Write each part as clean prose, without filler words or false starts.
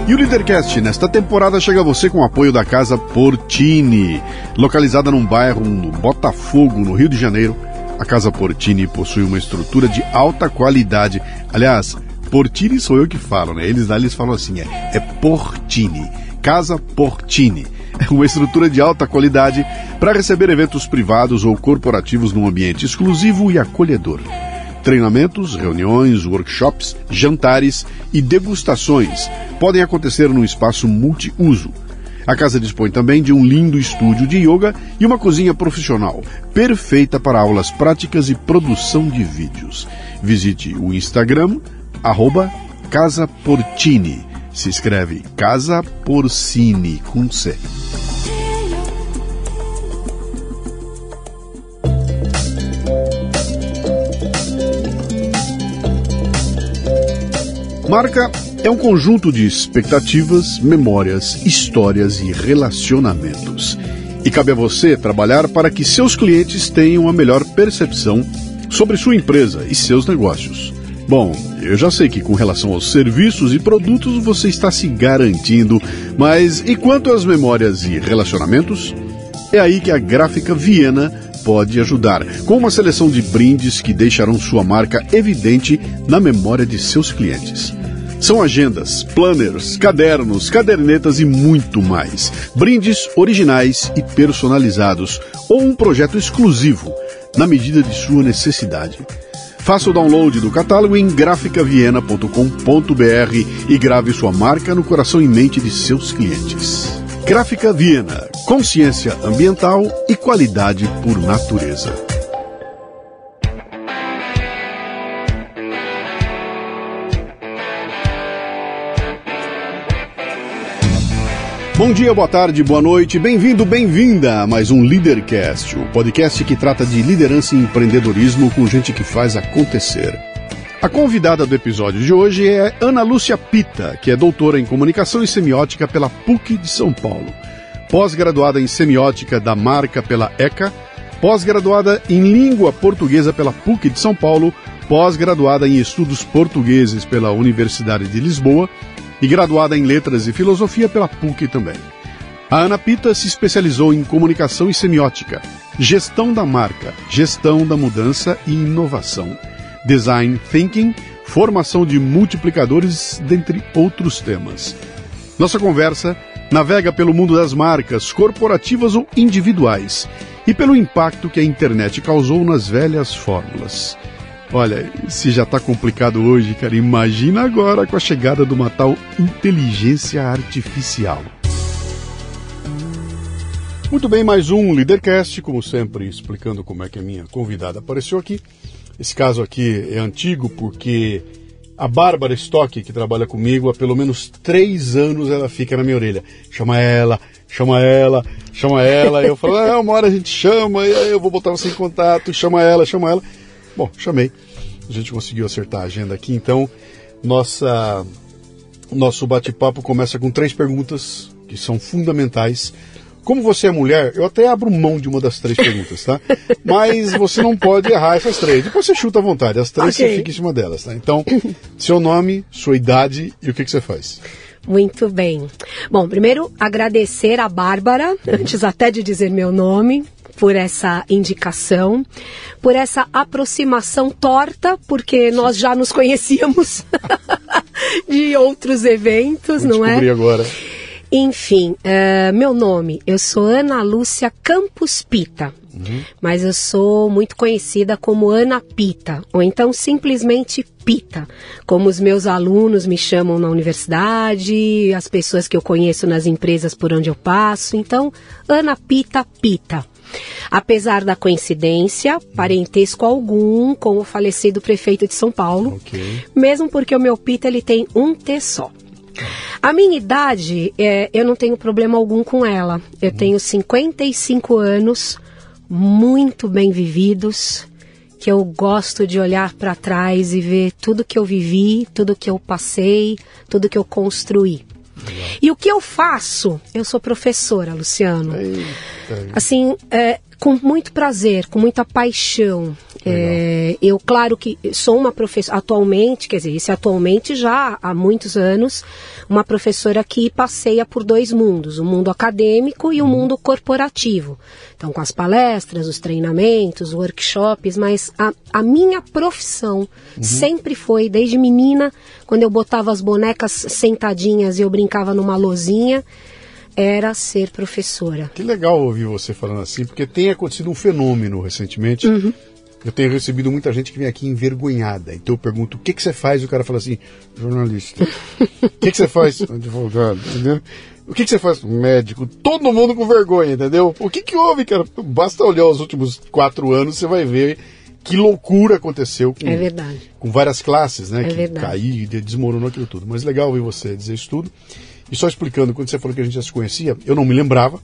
E o Leadercast, nesta temporada, chega a você com o apoio da Casa Portini. Localizada num bairro no Botafogo, no Rio de Janeiro, a Casa Portini possui uma estrutura de alta qualidade. Aliás, Portini sou eu que falo, né? Eles falam assim, é Portini, Casa Portini. É uma estrutura de alta qualidade para receber eventos privados ou corporativos num ambiente exclusivo e acolhedor. Treinamentos, reuniões, workshops, jantares e degustações podem acontecer num espaço multiuso. A casa dispõe também de um lindo estúdio de yoga e uma cozinha profissional, perfeita para aulas práticas e produção de vídeos. Visite o Instagram, @CasaPortini. Se escreve Casa Porcini, com C. Marca é um conjunto de expectativas, memórias, histórias e relacionamentos. E cabe a você trabalhar para que seus clientes tenham a melhor percepção sobre sua empresa e seus negócios. Bom, eu já sei que com relação aos serviços e produtos você está se garantindo, mas e quanto às memórias e relacionamentos? É aí que a Gráfica Viena pode ajudar, com uma seleção de brindes que deixarão sua marca evidente na memória de seus clientes. São agendas, planners, cadernos, cadernetas e muito mais. Brindes originais e personalizados ou um projeto exclusivo, na medida de sua necessidade. Faça o download do catálogo em graficaviena.com.br e grave sua marca no coração e mente de seus clientes. Gráfica Viena, consciência ambiental e qualidade por natureza. Bom dia, boa tarde, boa noite, bem-vindo, bem-vinda a mais um Leadercast, o podcast que trata de liderança e empreendedorismo com gente que faz acontecer. A convidada do episódio de hoje é Ana Lúcia Pita, que é doutora em Comunicação e Semiótica pela PUC de São Paulo, pós-graduada em Semiótica da Marca pela ECA, pós-graduada em Língua Portuguesa pela PUC de São Paulo, pós-graduada em Estudos Portugueses pela Universidade de Lisboa, e graduada em Letras e Filosofia pela PUC também. A Ana Pita se especializou em Comunicação e Semiótica, Gestão da Marca, Gestão da Mudança e Inovação, Design Thinking, Formação de Multiplicadores, dentre outros temas. Nossa conversa navega pelo mundo das marcas, corporativas ou individuais, e pelo impacto que a internet causou nas velhas fórmulas. Olha, se já está complicado hoje, cara, imagina agora com a chegada de uma tal inteligência artificial. Muito bem, mais um Leadercast, como sempre, explicando como é que a minha convidada apareceu aqui. Esse caso aqui é antigo porque a Bárbara Stock, que trabalha comigo há pelo menos 3 anos, ela fica na minha orelha. Chama ela. Eu falo, uma hora a gente chama, e aí eu vou botar você em contato, chama ela. Bom, chamei. A gente conseguiu acertar a agenda aqui, então nosso bate-papo começa com 3 perguntas que são fundamentais. Como você é mulher, eu até abro mão de uma das 3 perguntas, tá? Mas você não pode errar essas 3. Depois você chuta à vontade, as 3 você fica em cima delas, tá? Então, seu nome, sua idade e o que você faz. Muito bem. Bom, primeiro agradecer a Bárbara, antes até de dizer meu nome, por essa indicação, por essa aproximação torta, porque nós já nos conhecíamos de outros eventos, não é? Descobri agora. Enfim, meu nome, eu sou Ana Lúcia Campos Pita, mas eu sou muito conhecida como Ana Pita, ou então simplesmente Pita, como os meus alunos me chamam na universidade, as pessoas que eu conheço nas empresas por onde eu passo, então Ana Pita Pita. Apesar da coincidência, parentesco algum com o falecido prefeito de São Paulo, mesmo porque o meu Pita ele tem um T só. A minha idade, eu não tenho problema algum com ela. Eu tenho 55 anos, muito bem vividos, que eu gosto de olhar para trás e ver tudo que eu vivi, tudo que eu passei, tudo que eu construí. E o que eu faço? Eu sou professora, Luciano. Eita. Assim, Com muito prazer, com muita paixão. Eu, claro que sou uma professora, atualmente, quer dizer, esse atualmente já há muitos anos, uma professora que passeia por dois mundos, o mundo acadêmico e o mundo corporativo. Então, com as palestras, os treinamentos, workshops, mas a minha profissão sempre foi, desde menina, quando eu botava as bonecas sentadinhas e eu brincava numa lozinha, era ser professora. Que legal ouvir você falando assim, porque tem acontecido um fenômeno recentemente. Eu tenho recebido muita gente que vem aqui envergonhada. Então eu pergunto, o que você faz? E o cara fala assim, jornalista. O que você faz? Advogado, entendeu? O que você faz? Médico. Todo mundo com vergonha, entendeu? O que houve, cara? Basta olhar os últimos 4 anos, você vai ver que loucura aconteceu com, com várias classes, né? Que caiu, desmoronou aquilo tudo. Mas legal ouvir você dizer isso tudo. E só explicando, quando você falou que a gente já se conhecia, eu não me lembrava.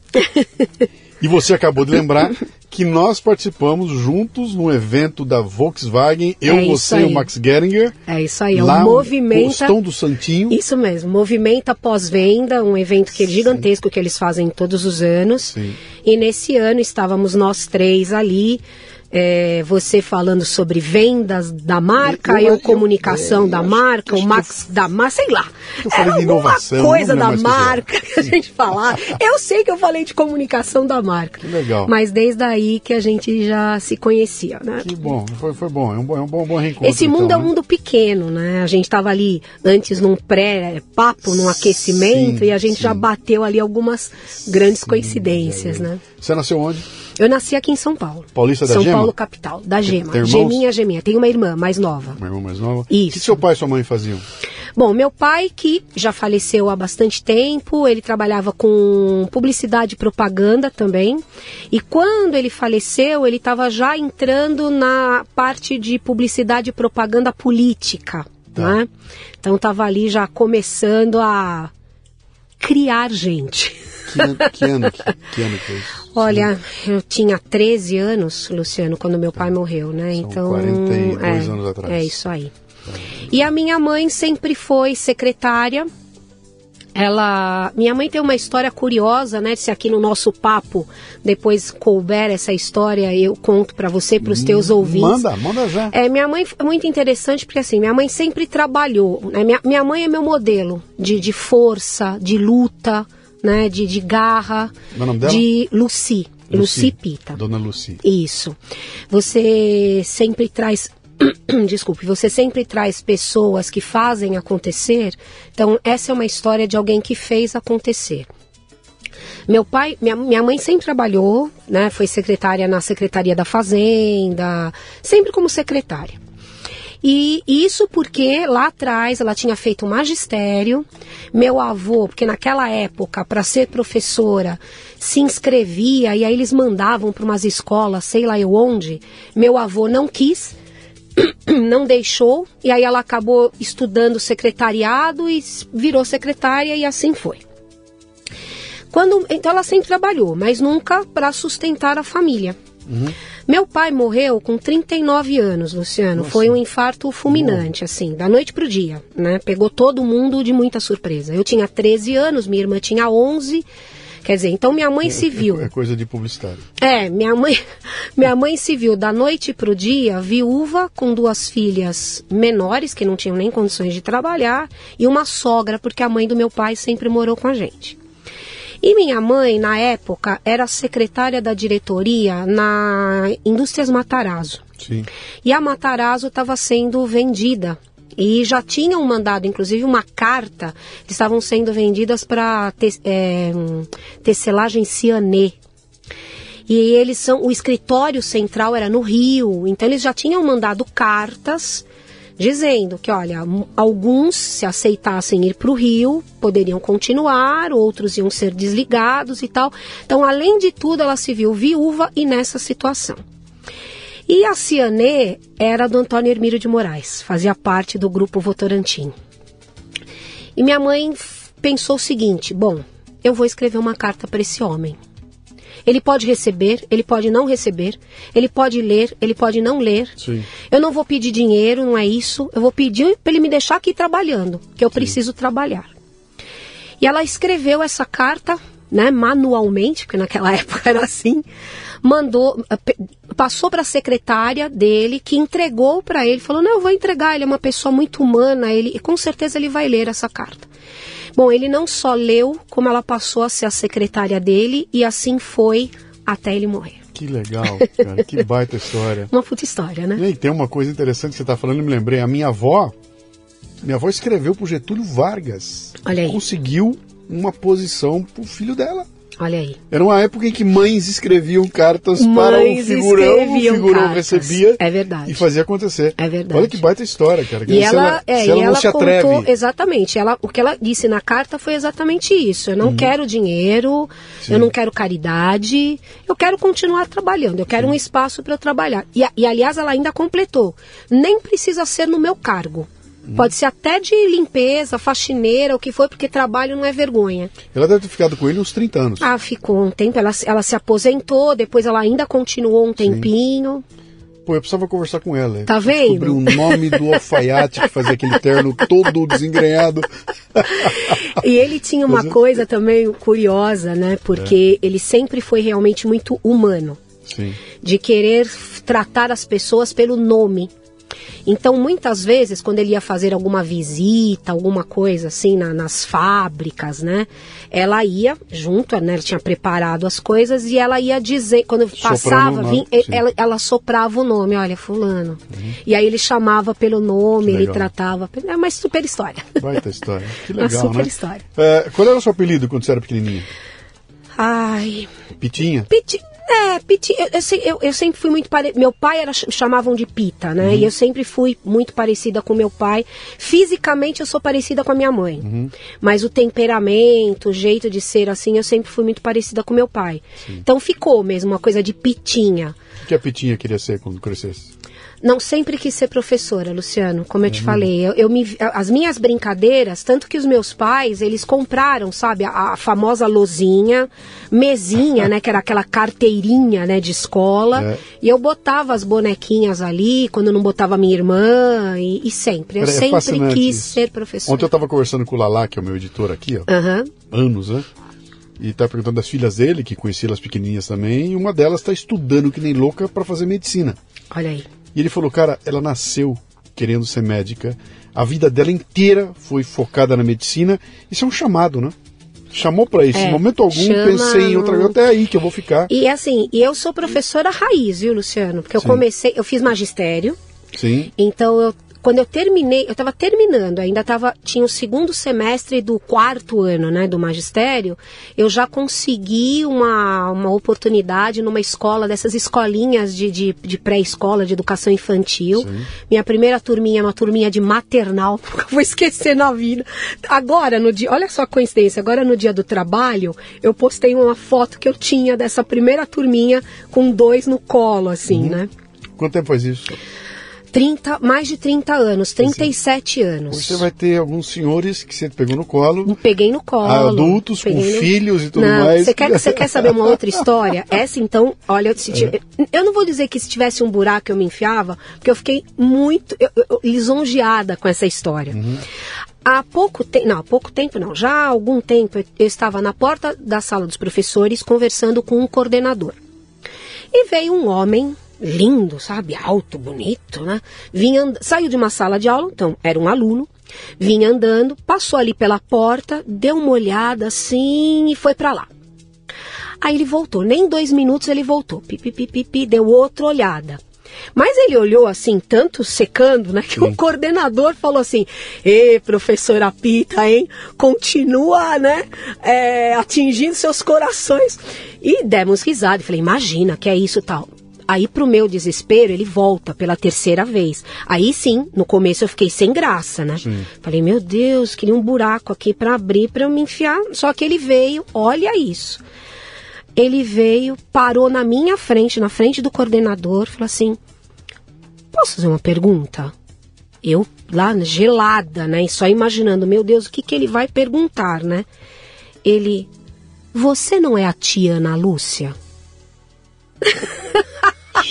E você acabou de lembrar que nós participamos juntos no evento da Volkswagen, você e o Max Geringer. É isso aí, lá o Movimenta... Postão do Santinho. Isso mesmo, Movimenta Pós-Venda, um evento que é gigantesco que eles fazem todos os anos. Sim. E nesse ano estávamos nós 3 ali. Você falando sobre vendas da marca, eu comunicação da marca, o Max da marca, sei lá. Eu falei de inovação. Coisa da marca que a gente falar. Eu sei que eu falei de comunicação da marca. Que legal. Mas desde aí que a gente já se conhecia, né? Que bom, foi bom. É um bom reencontro. Esse mundo é um mundo pequeno, né? A gente estava ali antes num pré-papo, num aquecimento, e a gente já bateu ali algumas grandes coincidências, né? Você nasceu onde? Eu nasci aqui em São Paulo. Paulista da São Gema? Paulo, capital, da Gema. Tem irmãos? Geminha. Tem uma irmã mais nova. Uma irmã mais nova? Isso. O que seu pai e sua mãe faziam? Bom, meu pai, que já faleceu há bastante tempo, ele trabalhava com publicidade e propaganda também. E quando ele faleceu, ele estava já entrando na parte de publicidade e propaganda política. Né? Então estava ali já começando a criar gente. Que ano foi isso? Olha, eu tinha 13 anos, Luciano, quando meu pai morreu, né? São então 42 anos atrás. É isso aí. E a minha mãe sempre foi secretária. Minha mãe tem uma história curiosa, né? Se aqui no nosso papo depois couber essa história, eu conto para você, para os teus ouvintes. Manda já. Minha mãe é muito interessante porque assim, minha mãe sempre trabalhou. Né? Minha mãe é meu modelo de força, de luta, né? De garra. Qual é o nome dela? De Lucy Pita. Dona Lucy. Isso. Você sempre traz... Desculpe, você sempre traz pessoas que fazem acontecer. Então, essa é uma história de alguém que fez acontecer. Meu pai, minha mãe sempre trabalhou, né? Foi secretária na Secretaria da Fazenda, sempre como secretária. E isso porque lá atrás ela tinha feito magistério. Meu avô, porque naquela época, para ser professora, se inscrevia e aí eles mandavam para umas escolas, sei lá eu onde. Meu avô não quis. Não deixou, e aí ela acabou estudando secretariado e virou secretária, e assim foi. Então ela sempre trabalhou, mas nunca para sustentar a família. Meu pai morreu com 39 anos, Luciano. Nossa. Foi um infarto fulminante, assim, da noite pro dia, né? Pegou todo mundo de muita surpresa. Eu tinha 13 anos, minha irmã tinha 11. Quer dizer, então minha mãe se viu... É coisa de publicitário. Minha mãe se viu da noite para o dia, viúva, com 2 filhas menores, que não tinham nem condições de trabalhar, e uma sogra, porque a mãe do meu pai sempre morou com a gente. E minha mãe, na época, era secretária da diretoria na Indústrias Matarazzo. Sim. E a Matarazzo estava sendo vendida. E já tinham mandado, inclusive, uma carta, que estavam sendo vendidas para tecelagem Cianê. E o escritório central era no Rio, então eles já tinham mandado cartas dizendo que, olha, alguns, se aceitassem ir para o Rio, poderiam continuar, outros iam ser desligados e tal. Então, além de tudo, ela se viu viúva e nessa situação. E a Cianê era do Antônio Hermílio de Moraes, fazia parte do grupo Votorantim. E minha mãe pensou o seguinte, bom, eu vou escrever uma carta para esse homem. Ele pode receber, ele pode não receber, ele pode ler, ele pode não ler. Sim. Eu não vou pedir dinheiro, não é isso. Eu vou pedir para ele me deixar aqui trabalhando, que eu preciso trabalhar. E ela escreveu essa carta, né, manualmente, porque naquela época era assim, passou para a secretária dele, que entregou para ele, falou, não, eu vou entregar, ele é uma pessoa muito humana, e com certeza ele vai ler essa carta. Bom, ele não só leu, como ela passou a ser a secretária dele, e assim foi até ele morrer. Que legal, cara, que baita história. Uma puta história, né? E tem uma coisa interessante que você está falando, eu me lembrei, a minha avó escreveu pro Getúlio Vargas. Olha aí. Conseguiu uma posição pro filho dela. Olha aí. Era uma época em que mães escreviam cartas para o figurão recebia e fazia acontecer. É verdade. Olha que baita história, cara. E ela não se contou, atreve. exatamente, o que ela disse na carta foi exatamente isso. Eu não quero dinheiro, eu não quero caridade, eu quero continuar trabalhando, eu quero um espaço para eu trabalhar. E aliás, ela ainda completou, nem precisa ser no meu cargo. Pode ser até de limpeza, faxineira, o que for, porque trabalho não é vergonha. Ela deve ter ficado com ele uns 30 anos. Ah, ficou um tempo. Ela se aposentou, depois ela ainda continuou um tempinho. Pô, eu precisava conversar com ela. Tá vendo? Descobri o nome do alfaiate que fazia aquele terno todo desengrenhado. E ele tinha uma coisa também curiosa, né? Porque ele sempre foi realmente muito humano. Sim. De querer tratar as pessoas pelo nome. Então, muitas vezes, quando ele ia fazer alguma visita, alguma coisa assim, nas fábricas, né? Ela ia junto, né? Ela tinha preparado as coisas e ela ia dizer, quando passava, ela soprava o nome, olha, fulano. E aí ele chamava pelo nome, ele tratava. É uma super história. Baita história. Que legal, uma super né? história. Qual era o seu apelido quando você era pequenininha? Ai... Pitinha? Pitinha. Eu sempre fui muito parecida. Meu pai chamavam de Pita, né? E eu sempre fui muito parecida com meu pai. Fisicamente eu sou parecida com a minha mãe. Mas o temperamento, o jeito de ser assim, eu sempre fui muito parecida com meu pai. Sim. Então ficou mesmo uma coisa de Pitinha. O que a Pitinha queria ser quando crescesse? Não, sempre quis ser professora, Luciano, como eu te falei. As minhas brincadeiras, tanto que os meus pais, eles compraram, sabe, a famosa lousinha, mesinha, né, que era aquela carteirinha, né, de escola. E eu botava as bonequinhas ali, quando não botava minha irmã, e sempre. Eu sempre quis ser professora. Ontem eu estava conversando com o Lala, que é o meu editor aqui, ó. Anos, né? E tá perguntando das filhas dele, que conheci elas pequenininhas também, e uma delas está estudando que nem louca para fazer medicina. Olha aí. E ele falou, cara, ela nasceu querendo ser médica, a vida dela inteira foi focada na medicina, isso é um chamado, né? Chamou para isso, em momento algum pensei em outra coisa, até aí que eu vou ficar. E assim, eu sou professora raiz, viu, Luciano? Porque eu fiz magistério. Sim. Então quando eu terminei, eu estava terminando, tinha o segundo semestre do 4º ano, né, do magistério, eu já consegui uma oportunidade numa escola, dessas escolinhas de pré-escola, de educação infantil. Sim. Minha primeira turminha é uma turminha de maternal, nunca vou esquecer na vida. Agora, olha só a coincidência, agora no dia do trabalho, eu postei uma foto que eu tinha dessa primeira turminha com 2 no colo, assim, né? Quanto tempo faz isso? Mais de 30 anos, 37 anos. Você vai ter alguns senhores que você pegou no colo. Peguei no colo. Adultos, com filhos e tudo mais. Você quer saber uma outra história? Essa, então, olha, eu não vou dizer que se tivesse um buraco eu me enfiava, porque eu fiquei muito lisonjeada com essa história. Há pouco tempo, já há algum tempo, eu estava na porta da sala dos professores conversando com um coordenador. E veio um homem lindo, sabe? Alto, bonito, né? Saiu de uma sala de aula, então era um aluno, vinha andando, passou ali pela porta, deu uma olhada assim e foi pra lá. Aí ele voltou, nem 2 minutos ele voltou, deu outra olhada. Mas ele olhou assim, tanto secando, né, que o coordenador falou assim, professora Pita, hein, continua, né, atingindo seus corações. E demos risada, falei, imagina, que é isso e tal. Aí, pro meu desespero, ele volta pela 3ª vez. Aí sim, no começo eu fiquei sem graça, né? Sim. Falei, meu Deus, queria um buraco aqui pra abrir, pra eu me enfiar. Só que ele veio, olha isso. Ele veio, parou na minha frente, na frente do coordenador, falou assim, posso fazer uma pergunta? Eu lá, gelada, né? E só imaginando, meu Deus, o que ele vai perguntar, né? Ele, você não é a tia Ana Lúcia?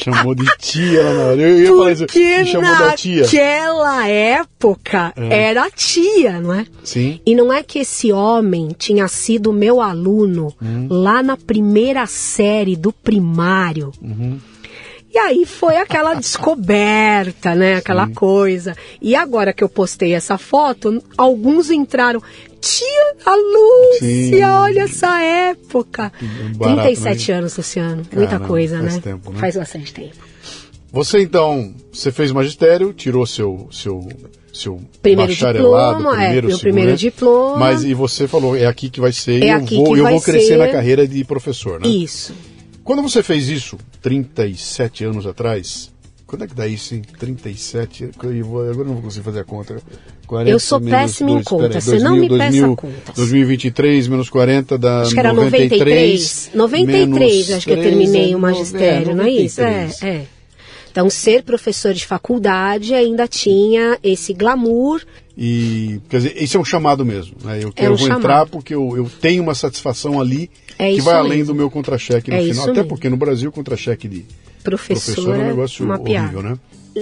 chamou de tia lá na hora. Eu ia falar isso, me chamou da tia. Naquela época era tia, não é? Sim. E não é que esse homem tinha sido meu aluno lá na primeira série do primário. E aí foi aquela descoberta, né? Aquela coisa. E agora que eu postei essa foto, alguns entraram. Tia a Lúcia, olha essa época. Barato, 37 anos, Luciano. Muita coisa, faz né? Tempo, né? Faz bastante tempo. Você então, você fez magistério, tirou seu primeiro bacharelado, diploma, meu primeiro diploma. Mas e você falou, é aqui que vai ser, é eu vou crescer na carreira de professor, né? Isso. Quando você fez isso, 37 anos atrás, quando é que dá isso, hein? 37, agora eu não vou conseguir fazer a conta. 40 eu sou péssima em conta, você não me peça contas. 2023 menos 40 dá 93. Acho que era 93. 93, acho que eu terminei o magistério, não é isso? É. Então, ser professor de faculdade ainda tinha esse glamour. E, quer dizer, isso é um chamado mesmo, né? Eu vou entrar porque eu tenho uma satisfação ali que vai além do meu contra-cheque no final. Até porque no Brasil o contra-cheque de professor é um negócio horrível, né?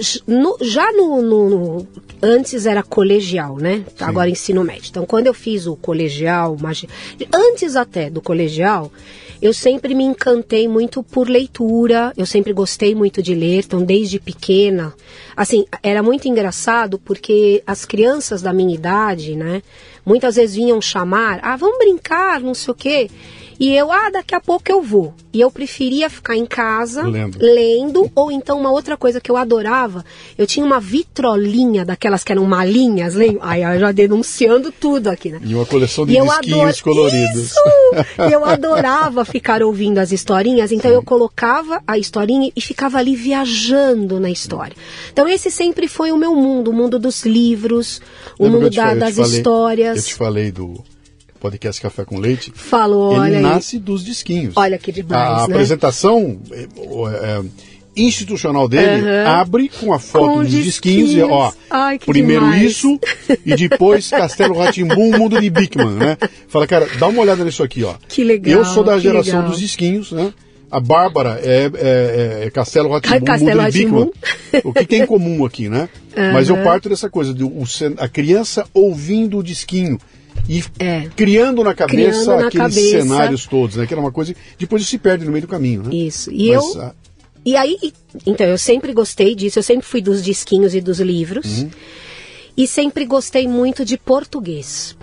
Antes era colegial, né? Sim. Agora ensino médio. Então, quando eu fiz o colegial, antes até do colegial, eu sempre me encantei muito por leitura, eu sempre gostei muito de ler, então desde pequena, assim, era muito engraçado porque as crianças da minha idade, né, muitas vezes vinham chamar, vamos brincar, não sei o quê, e eu, daqui a pouco eu vou. E eu preferia ficar em casa, lendo, ou então uma outra coisa que eu adorava, eu tinha uma vitrolinha daquelas que eram malinhas, lembra? Ai, eu já denunciando tudo aqui, né? E uma coleção de disquinhos coloridos. Isso! E eu adorava ficar ouvindo as historinhas, então eu colocava a historinha e ficava ali viajando na história. Então esse sempre foi o meu mundo, o mundo dos livros, o mundo das histórias. Eu te falei do podcast Café com Leite. Falou, ele nasce dos disquinhos. Olha que demais, a apresentação institucional dele abre com a foto dos disquinhos e primeiro demais. Isso e depois Castelo Rá-Tim-Bum, Mundo de Beckman, né? Fala, cara, dá uma olhada nisso aqui, ó. Que legal. Eu sou da geração dos disquinhos, né? A Bárbara é Castelo Rá-Tim-Bum, Mundo de Beckman. O que tem em comum aqui, né? Mas eu parto dessa coisa de a criança ouvindo o disquinho e criando na cabeça aqueles cenários todos, né? Que era uma coisa que depois se perde no meio do caminho, né? Isso. E aí, então, eu sempre gostei disso, eu sempre fui dos disquinhos e dos livros. E sempre gostei muito de português.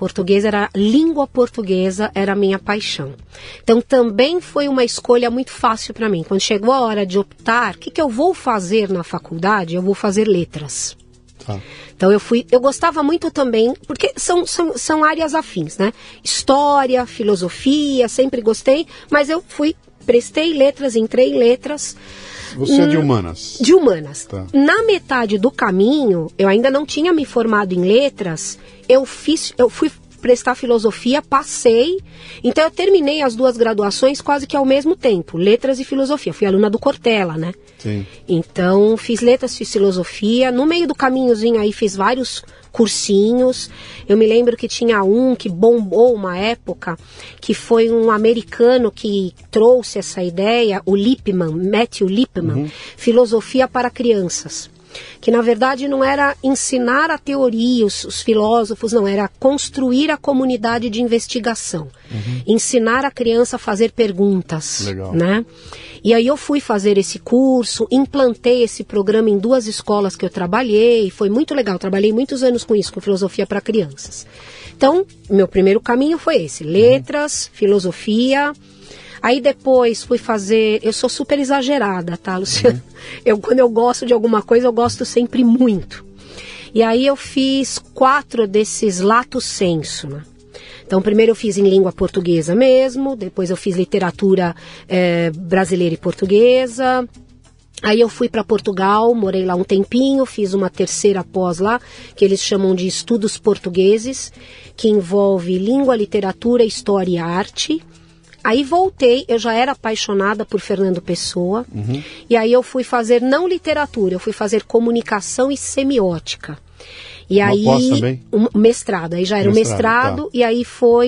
Língua portuguesa era a minha paixão. Então também foi uma escolha muito fácil para mim. Quando chegou a hora de optar, o que eu vou fazer na faculdade? Eu vou fazer letras. Então eu gostava muito também, porque são áreas afins, né? História, filosofia, sempre gostei, mas eu prestei letras, entrei em letras. Você é de humanas? De humanas. Tá. Na metade do caminho, eu ainda não tinha me formado em letras, eu fui prestar filosofia, passei, então eu terminei as duas graduações quase que ao mesmo tempo, letras e filosofia, fui aluna do Cortella, né? Sim. Então fiz letras, fiz filosofia, no meio do caminhozinho aí fiz vários cursinhos, eu me lembro que tinha um que bombou uma época, que foi um americano que trouxe essa ideia, o Lippmann, Matthew Lippmann, filosofia para crianças. Que na verdade não era ensinar a teoria, os filósofos, não, era construir a comunidade de investigação. Ensinar a criança a fazer perguntas. Legal. Né? E aí eu fui fazer esse curso, implantei esse programa em 2 escolas que eu trabalhei, foi muito legal, trabalhei muitos anos com isso, com filosofia para crianças. Então, meu primeiro caminho foi esse, letras, filosofia. Aí depois fui fazer... Eu sou super exagerada, tá, Luciano? Quando eu gosto de alguma coisa, eu gosto sempre muito. E aí eu fiz 4 desses lato sensu, né? Então, primeiro eu fiz em língua portuguesa mesmo, depois eu fiz literatura brasileira e portuguesa. Aí eu fui para Portugal, morei lá um tempinho, fiz uma 3ª pós lá, que eles chamam de estudos portugueses, que envolve língua, literatura, história e arte. Aí voltei, eu já era apaixonada por Fernando Pessoa, e aí eu fui fazer, não literatura, eu fui fazer comunicação e semiótica. E aí, pós também? Mestrado, aí já era o mestrado, tá. E aí foi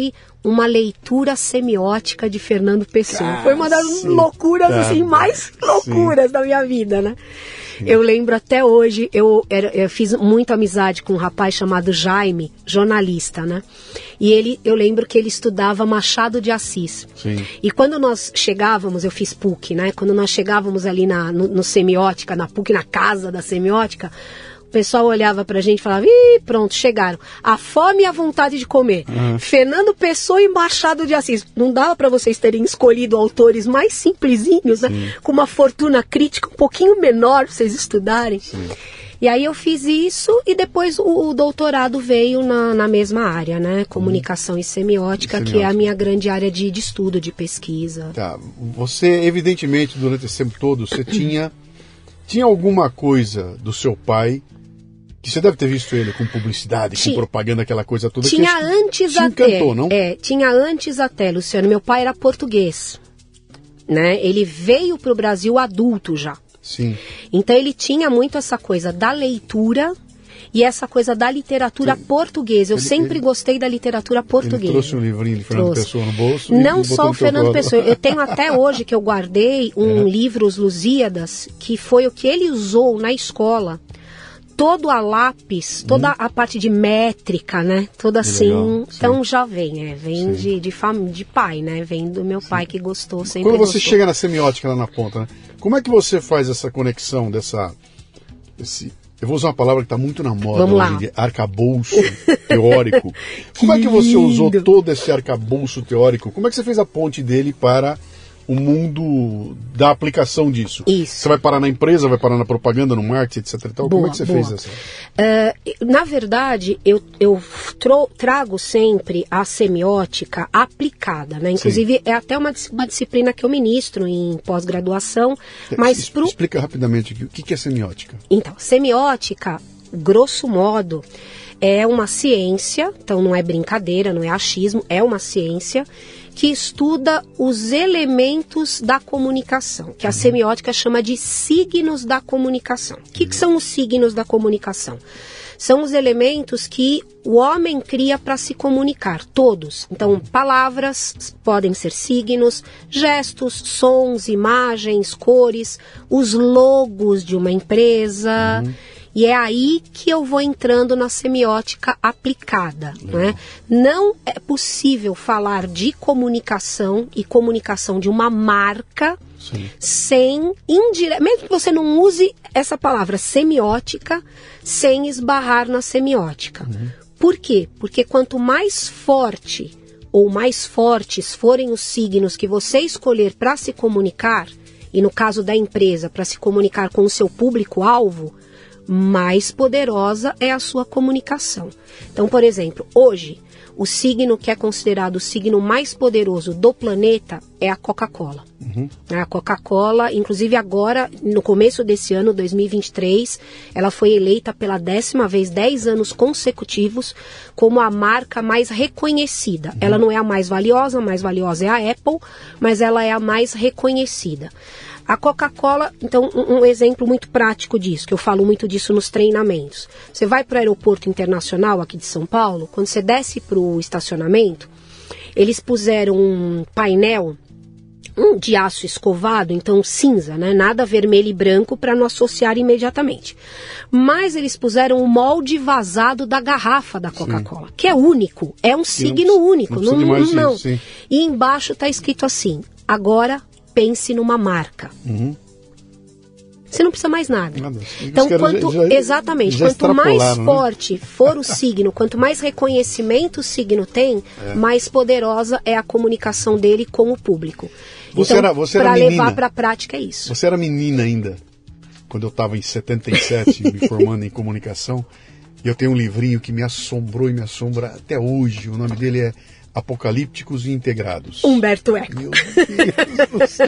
uma leitura semiótica de Fernando Pessoa. Foi uma das loucuras, assim, mais loucuras da minha vida, né? Eu lembro até hoje, eu fiz muita amizade com um rapaz chamado Jaime, jornalista, né? E eu lembro que ele estudava Machado de Assis. Sim. E quando nós chegávamos, eu fiz PUC, né? Quando nós chegávamos ali no semiótica, na PUC, na casa da semiótica, o pessoal olhava pra gente e falava, ih, pronto, chegaram. A fome e a vontade de comer. Fernando Pessoa e Machado de Assis. Não dava pra vocês terem escolhido autores mais simplesinhos, né? Com uma fortuna crítica um pouquinho menor pra vocês estudarem. Sim. E aí eu fiz isso e depois o doutorado veio na mesma área, né? Comunicação e semiótica, que é a minha grande área de estudo, de pesquisa. Tá. Você, evidentemente, durante esse tempo todo, você tinha alguma coisa do seu pai, que você deve ter visto ele com publicidade, com propaganda, aquela coisa toda. Tinha antes até. Encantou, não? Tinha antes até, Luciano. Meu pai era português, né? Ele veio para o Brasil adulto já. Sim. Então ele tinha muito essa coisa da leitura e essa coisa da literatura portuguesa. Eu sempre gostei da literatura portuguesa. Ele trouxe um livrinho de Fernando Pessoa no bolso. Não só o Fernando Pessoa. Eu tenho até hoje que eu guardei um livro, Os Lusíadas, que foi o que ele usou na escola. Todo a lápis, toda a parte de métrica, né? Toda assim. Legal, então já vem de pai, né? Vem do meu pai que gostou, sempre Quando você gostou. chega na semiótica lá na ponta, né? Como é que você faz essa conexão eu vou usar uma palavra que está muito na moda hoje em dia, arcabouço teórico. Como é que você usou todo esse arcabouço teórico? Como é que você fez a ponte dele para o mundo da aplicação disso? Isso. Você vai parar na empresa, vai parar na propaganda, no marketing, etc. E tal? Como é que você fez essa? Na verdade, eu trago sempre a semiótica aplicada, né? Inclusive, é até uma disciplina que eu ministro em pós-graduação. Mas explica rapidamente o que é semiótica. Então, semiótica, grosso modo, é uma ciência, então não é brincadeira, não é achismo, é uma ciência que estuda os elementos da comunicação, que a semiótica chama de signos da comunicação. O que são os signos da comunicação? São os elementos que o homem cria para se comunicar, todos. Então, palavras podem ser signos, gestos, sons, imagens, cores, os logos de uma empresa. E é aí que eu vou entrando na semiótica aplicada. Né? Não é possível falar de comunicação e comunicação de uma marca sem mesmo que você não use essa palavra semiótica, sem esbarrar na semiótica. Por quê? Porque quanto mais forte ou mais fortes forem os signos que você escolher para se comunicar, e no caso da empresa, para se comunicar com o seu público-alvo, mais poderosa é a sua comunicação. Então, por exemplo, hoje, o signo que é considerado o signo mais poderoso do planeta é a Coca-Cola. A Coca-Cola, inclusive agora, no começo desse ano, 2023, ela foi eleita pela 10ª vez, 10 anos consecutivos, como a marca mais reconhecida. Ela não é a mais valiosa é a Apple, mas ela é a mais reconhecida. A Coca-Cola, então, um exemplo muito prático disso, que eu falo muito disso nos treinamentos. Você vai para o aeroporto internacional aqui de São Paulo, quando você desce para o estacionamento, eles puseram um painel de aço escovado, então cinza, né? Nada vermelho e branco para não associar imediatamente. Mas eles puseram o molde vazado da garrafa da Coca-Cola, que é único, é um signo único. Não. E embaixo está escrito assim, agora pense numa marca. Você não precisa mais nada. Então, quanto mais forte for o signo, quanto mais reconhecimento o signo tem, mais poderosa é a comunicação dele com o público. Você era para menina. Levar para a prática é isso. Você era menina ainda, quando eu estava em 77, me formando em comunicação, e eu tenho um livrinho que me assombrou e me assombra até hoje. O nome dele é Apocalípticos e Integrados. Humberto Eco. Meu Deus do céu.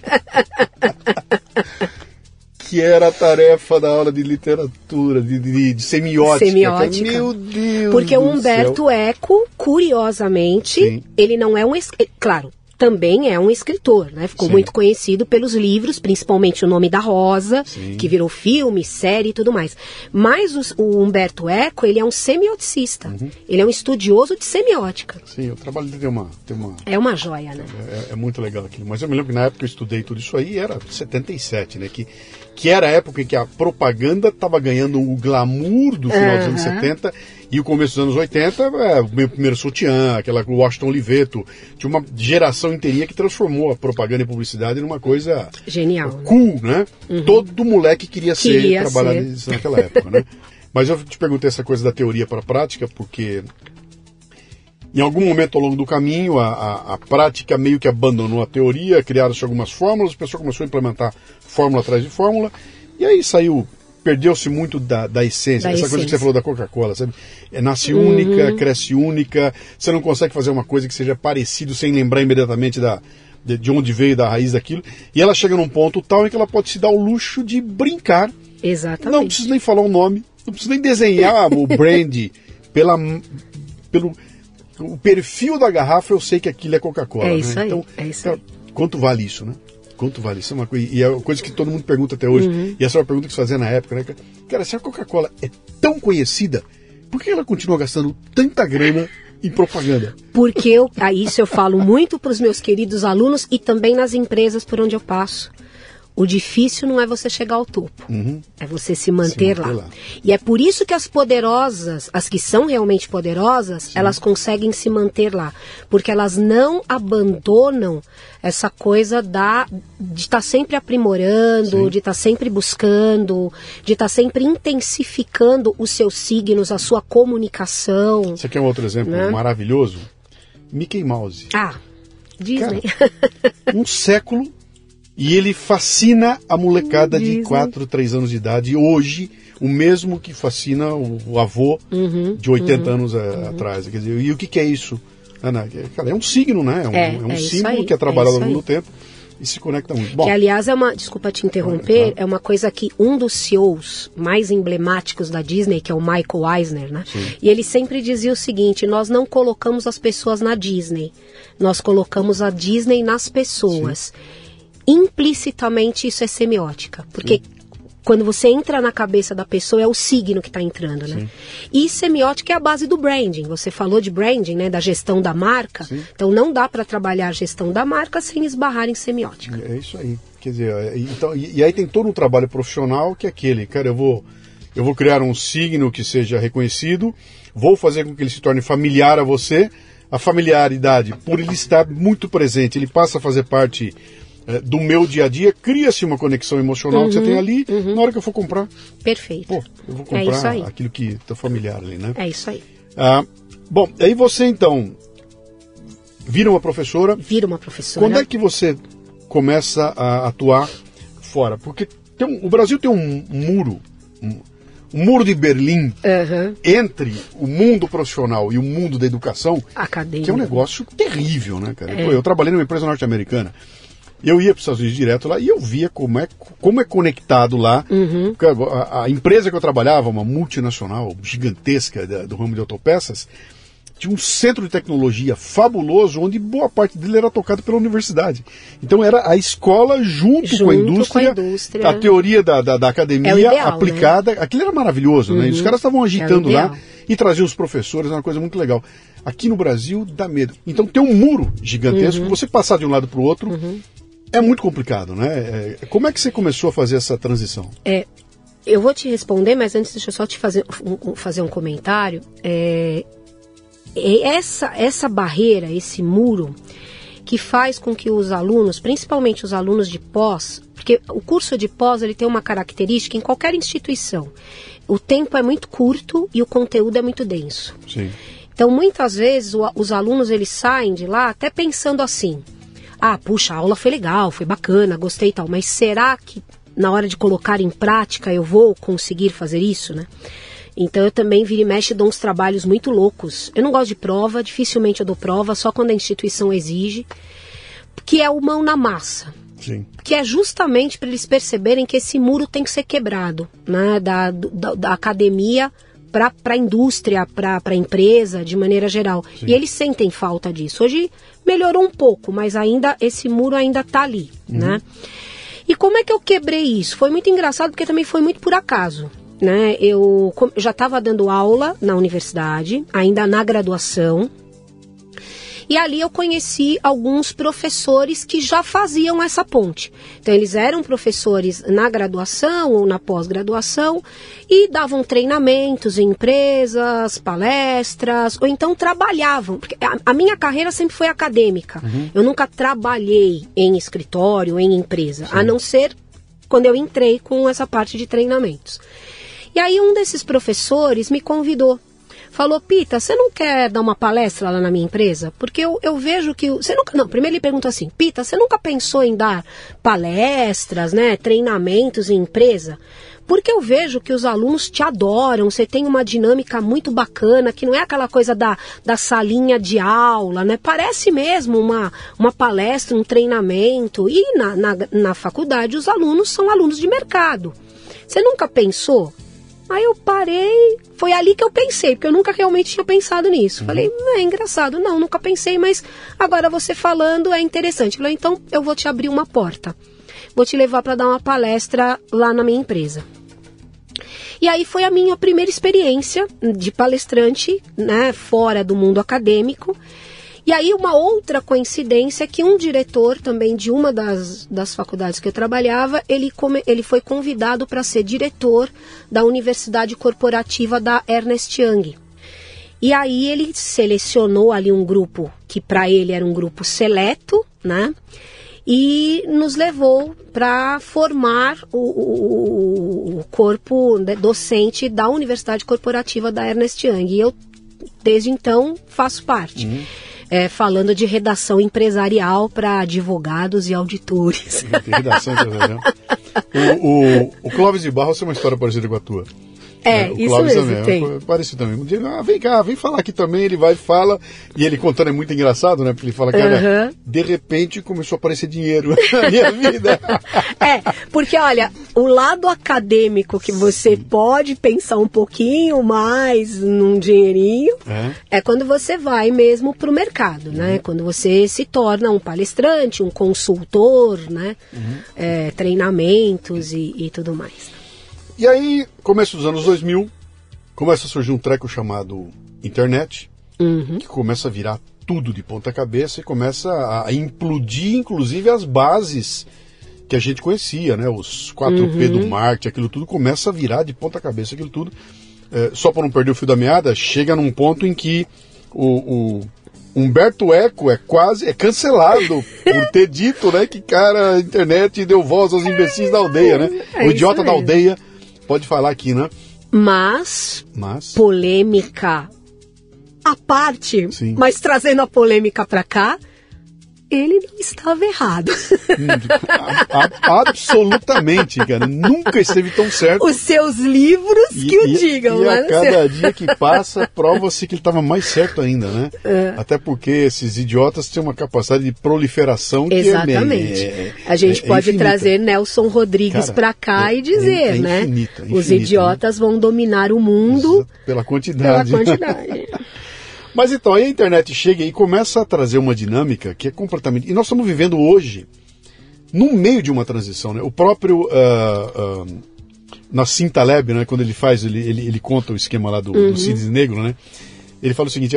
Que era a tarefa da aula de literatura, de semiótica. Meu Deus. Porque o Humberto Eco, curiosamente, ele não é um... Claro, também é um escritor, né? Ficou muito conhecido pelos livros, principalmente O Nome da Rosa, que virou filme, série e tudo mais. Mas o Humberto Eco, ele é um semioticista. Ele é um estudioso de semiótica. Sim, o trabalho dele tem uma... É uma joia, né? É muito legal aquilo. Mas eu me lembro que na época que eu estudei tudo isso aí, era 77, né? Que era a época em que a propaganda estava ganhando o glamour do final dos anos 70 e o começo dos anos 80, o meu primeiro sutiã, aquela Washington Oliveto. Tinha uma geração inteirinha que transformou a propaganda e publicidade numa coisa... Genial. Cool, né? Todo moleque queria trabalhar nisso naquela época, né? Mas eu te perguntei essa coisa da teoria para a prática, porque... Em algum momento ao longo do caminho, a prática meio que abandonou a teoria, criaram-se algumas fórmulas, o pessoal começou a implementar fórmula atrás de fórmula, e aí perdeu-se muito da essência. Essa coisa que você falou da Coca-Cola, sabe? Nasce única, cresce única, você não consegue fazer uma coisa que seja parecido sem lembrar imediatamente de onde veio, da raiz daquilo, e ela chega num ponto tal em que ela pode se dar o luxo de brincar. Exatamente. Não preciso nem falar o nome, não preciso nem desenhar o brand pelo o perfil da garrafa, eu sei que aquilo é Coca-Cola. É isso, né? Aí. Então, é isso cara, aí. Quanto vale isso, né? Quanto vale isso? É uma coisa, e é uma coisa que todo mundo pergunta até hoje. E essa é uma pergunta que se fazia na época, né? Cara, se a Coca-Cola é tão conhecida, por que ela continua gastando tanta grana em propaganda? Porque isso eu falo muito para os meus queridos alunos e também nas empresas por onde eu passo. O difícil não é você chegar ao topo, é você se manter lá. E é por isso que as poderosas, as que são realmente poderosas, elas conseguem se manter lá. Porque elas não abandonam essa coisa de estar sempre aprimorando, de estar sempre buscando, de estar sempre intensificando os seus signos, a sua comunicação. Você quer um outro exemplo maravilhoso? Mickey Mouse. Disney. Cara, um século... E ele fascina a molecada de 4, 3 anos de idade. Hoje, o mesmo que fascina o avô de 80 anos atrás. Quer dizer, e o que é isso? Ana? Cara, é um signo, né? É um símbolo que é trabalhado ao longo do tempo e se conecta muito. Bom, que, aliás, desculpa te interromper, é uma coisa que um dos CEOs mais emblemáticos da Disney, que é o Michael Eisner, né? E ele sempre dizia o seguinte: nós não colocamos as pessoas na Disney, nós colocamos a Disney nas pessoas. Implicitamente isso é semiótica, porque quando você entra na cabeça da pessoa é o signo que está entrando, né? E semiótica é a base do branding. Você falou de branding, né? Da gestão da marca. Então não dá para trabalhar a gestão da marca sem esbarrar em semiótica. É isso aí. Quer dizer, então, e aí tem todo um trabalho profissional que é aquele, cara, eu vou criar um signo que seja reconhecido, vou fazer com que ele se torne familiar a você. A familiaridade, por ele estar muito presente, ele passa a fazer parte do meu dia a dia, cria-se uma conexão emocional que você tem ali na hora que eu for comprar. Perfeito. Pô, eu vou comprar aquilo que está familiar ali, né? É isso aí. Bom, aí você então vira uma professora. Vira uma professora. Quando é que você começa a atuar fora? Porque o Brasil tem um muro, um muro de Berlim entre o mundo profissional e o mundo da educação, acadêmica, que é um negócio terrível, né, cara? Pô, eu trabalhei numa empresa norte-americana. Eu ia para os Estados Unidos direto lá e eu via como é conectado lá. A empresa que eu trabalhava, uma multinacional gigantesca do ramo de autopeças, tinha um centro de tecnologia fabuloso, onde boa parte dele era tocado pela universidade. Então era a escola junto com a indústria, a teoria da academia ideal, aplicada. Né? Aquilo era maravilhoso, né? E os caras estavam agitando lá e traziam os professores, era uma coisa muito legal. Aqui no Brasil dá medo. Então tem um muro gigantesco, você passar de um lado para o outro... É muito complicado, né? Como é que você começou a fazer essa transição? Eu vou te responder, mas antes deixa eu só te fazer um comentário. Essa barreira, esse muro, que faz com que os alunos, principalmente os alunos de pós, porque o curso de pós ele tem uma característica em qualquer instituição. O tempo é muito curto e o conteúdo é muito denso. Sim. Então, muitas vezes, os alunos eles saem de lá até pensando assim... puxa, a aula foi legal, foi bacana, gostei e tal, mas será que na hora de colocar em prática eu vou conseguir fazer isso, né? Então eu também vira e mexe dou uns trabalhos muito loucos. Eu não gosto de prova, dificilmente eu dou prova, só quando a instituição exige, que é o mão na massa. Sim. Que é justamente para eles perceberem que esse muro tem que ser quebrado, né? Da academia para a indústria, para a empresa, de maneira geral. Sim. E eles sentem falta disso. Hoje, melhorou um pouco, mas ainda esse muro ainda está ali, né? E como é que eu quebrei isso? Foi muito engraçado porque também foi muito por acaso, né? Eu já estava dando aula na universidade, ainda na graduação. E ali eu conheci alguns professores que já faziam essa ponte. Então, eles eram professores na graduação ou na pós-graduação e davam treinamentos em empresas, palestras, ou então trabalhavam. Porque a minha carreira sempre foi acadêmica. Eu nunca trabalhei em escritório, em empresa, a não ser quando eu entrei com essa parte de treinamentos. E aí um desses professores me convidou. Falou, Pita, você não quer dar uma palestra lá na minha empresa? Porque eu vejo que... Você nunca, não, primeiro ele perguntou assim, Pita, você nunca pensou em dar palestras, né, treinamentos em empresa? Porque eu vejo que os alunos te adoram, você tem uma dinâmica muito bacana, que não é aquela coisa da salinha de aula, né? Parece mesmo uma palestra, um treinamento. E na faculdade os alunos são alunos de mercado. Você nunca pensou? Aí eu parei, foi ali que eu pensei, porque eu nunca realmente tinha pensado nisso. Falei, é engraçado, não, nunca pensei, mas agora você falando é interessante. Falei, então eu vou te abrir uma porta, vou te levar para dar uma palestra lá na minha empresa. E aí foi a minha primeira experiência de palestrante, né, fora do mundo acadêmico. E aí uma outra coincidência é que um diretor também de uma das faculdades que eu trabalhava, ele foi convidado para ser diretor da Universidade Corporativa da Ernst Young. E aí ele selecionou ali um grupo que para ele era um grupo seleto, né? E nos levou para formar o corpo docente da Universidade Corporativa da Ernst Young. E eu, desde então, faço parte. Falando de redação empresarial para advogados e auditores. Redação empresarial. O Clóvis de Barros tem uma história parecida com a tua. O isso Clóvis mesmo, também, tem. Parece também. Um dia, vem cá, vem falar aqui também. Ele vai e fala. E ele contando é muito engraçado, né? Porque ele fala, cara, de repente começou a aparecer dinheiro na minha vida. Porque olha, o lado acadêmico que você pode pensar um pouquinho mais num dinheirinho é quando você vai mesmo pro mercado, né? Quando você se torna um palestrante, um consultor, né? Treinamentos e tudo mais. E aí, começo dos anos 2000, começa a surgir um treco chamado internet, que começa a virar tudo de ponta cabeça e começa a implodir, inclusive, as bases que a gente conhecia, né? Os 4P do marketing, aquilo tudo começa a virar de ponta cabeça, aquilo tudo. Só para não perder o fio da meada, chega num ponto em que o Humberto Eco é cancelado por ter dito, né, que, cara, a internet deu voz aos imbecis da aldeia, né? O idiota da aldeia. Pode falar aqui, né? Mas polêmica à parte, mas trazendo a polêmica para cá, ele não estava errado. Absolutamente, cara. Nunca esteve tão certo. Os seus livros que o digam. E a cada dia que passa, prova-se que ele estava mais certo ainda, né? Até porque esses idiotas têm uma capacidade de proliferação que exatamente. A gente pode trazer Nelson Rodrigues para cá e dizer, né? Infinita, os idiotas vão dominar o mundo pela quantidade. Mas então, aí a internet chega e começa a trazer uma dinâmica que é completamente... E nós estamos vivendo hoje, no meio de uma transição, né? O próprio Nassim Taleb, né? Quando ele faz, ele conta o esquema lá do Cisne Negro, né? Ele fala o seguinte,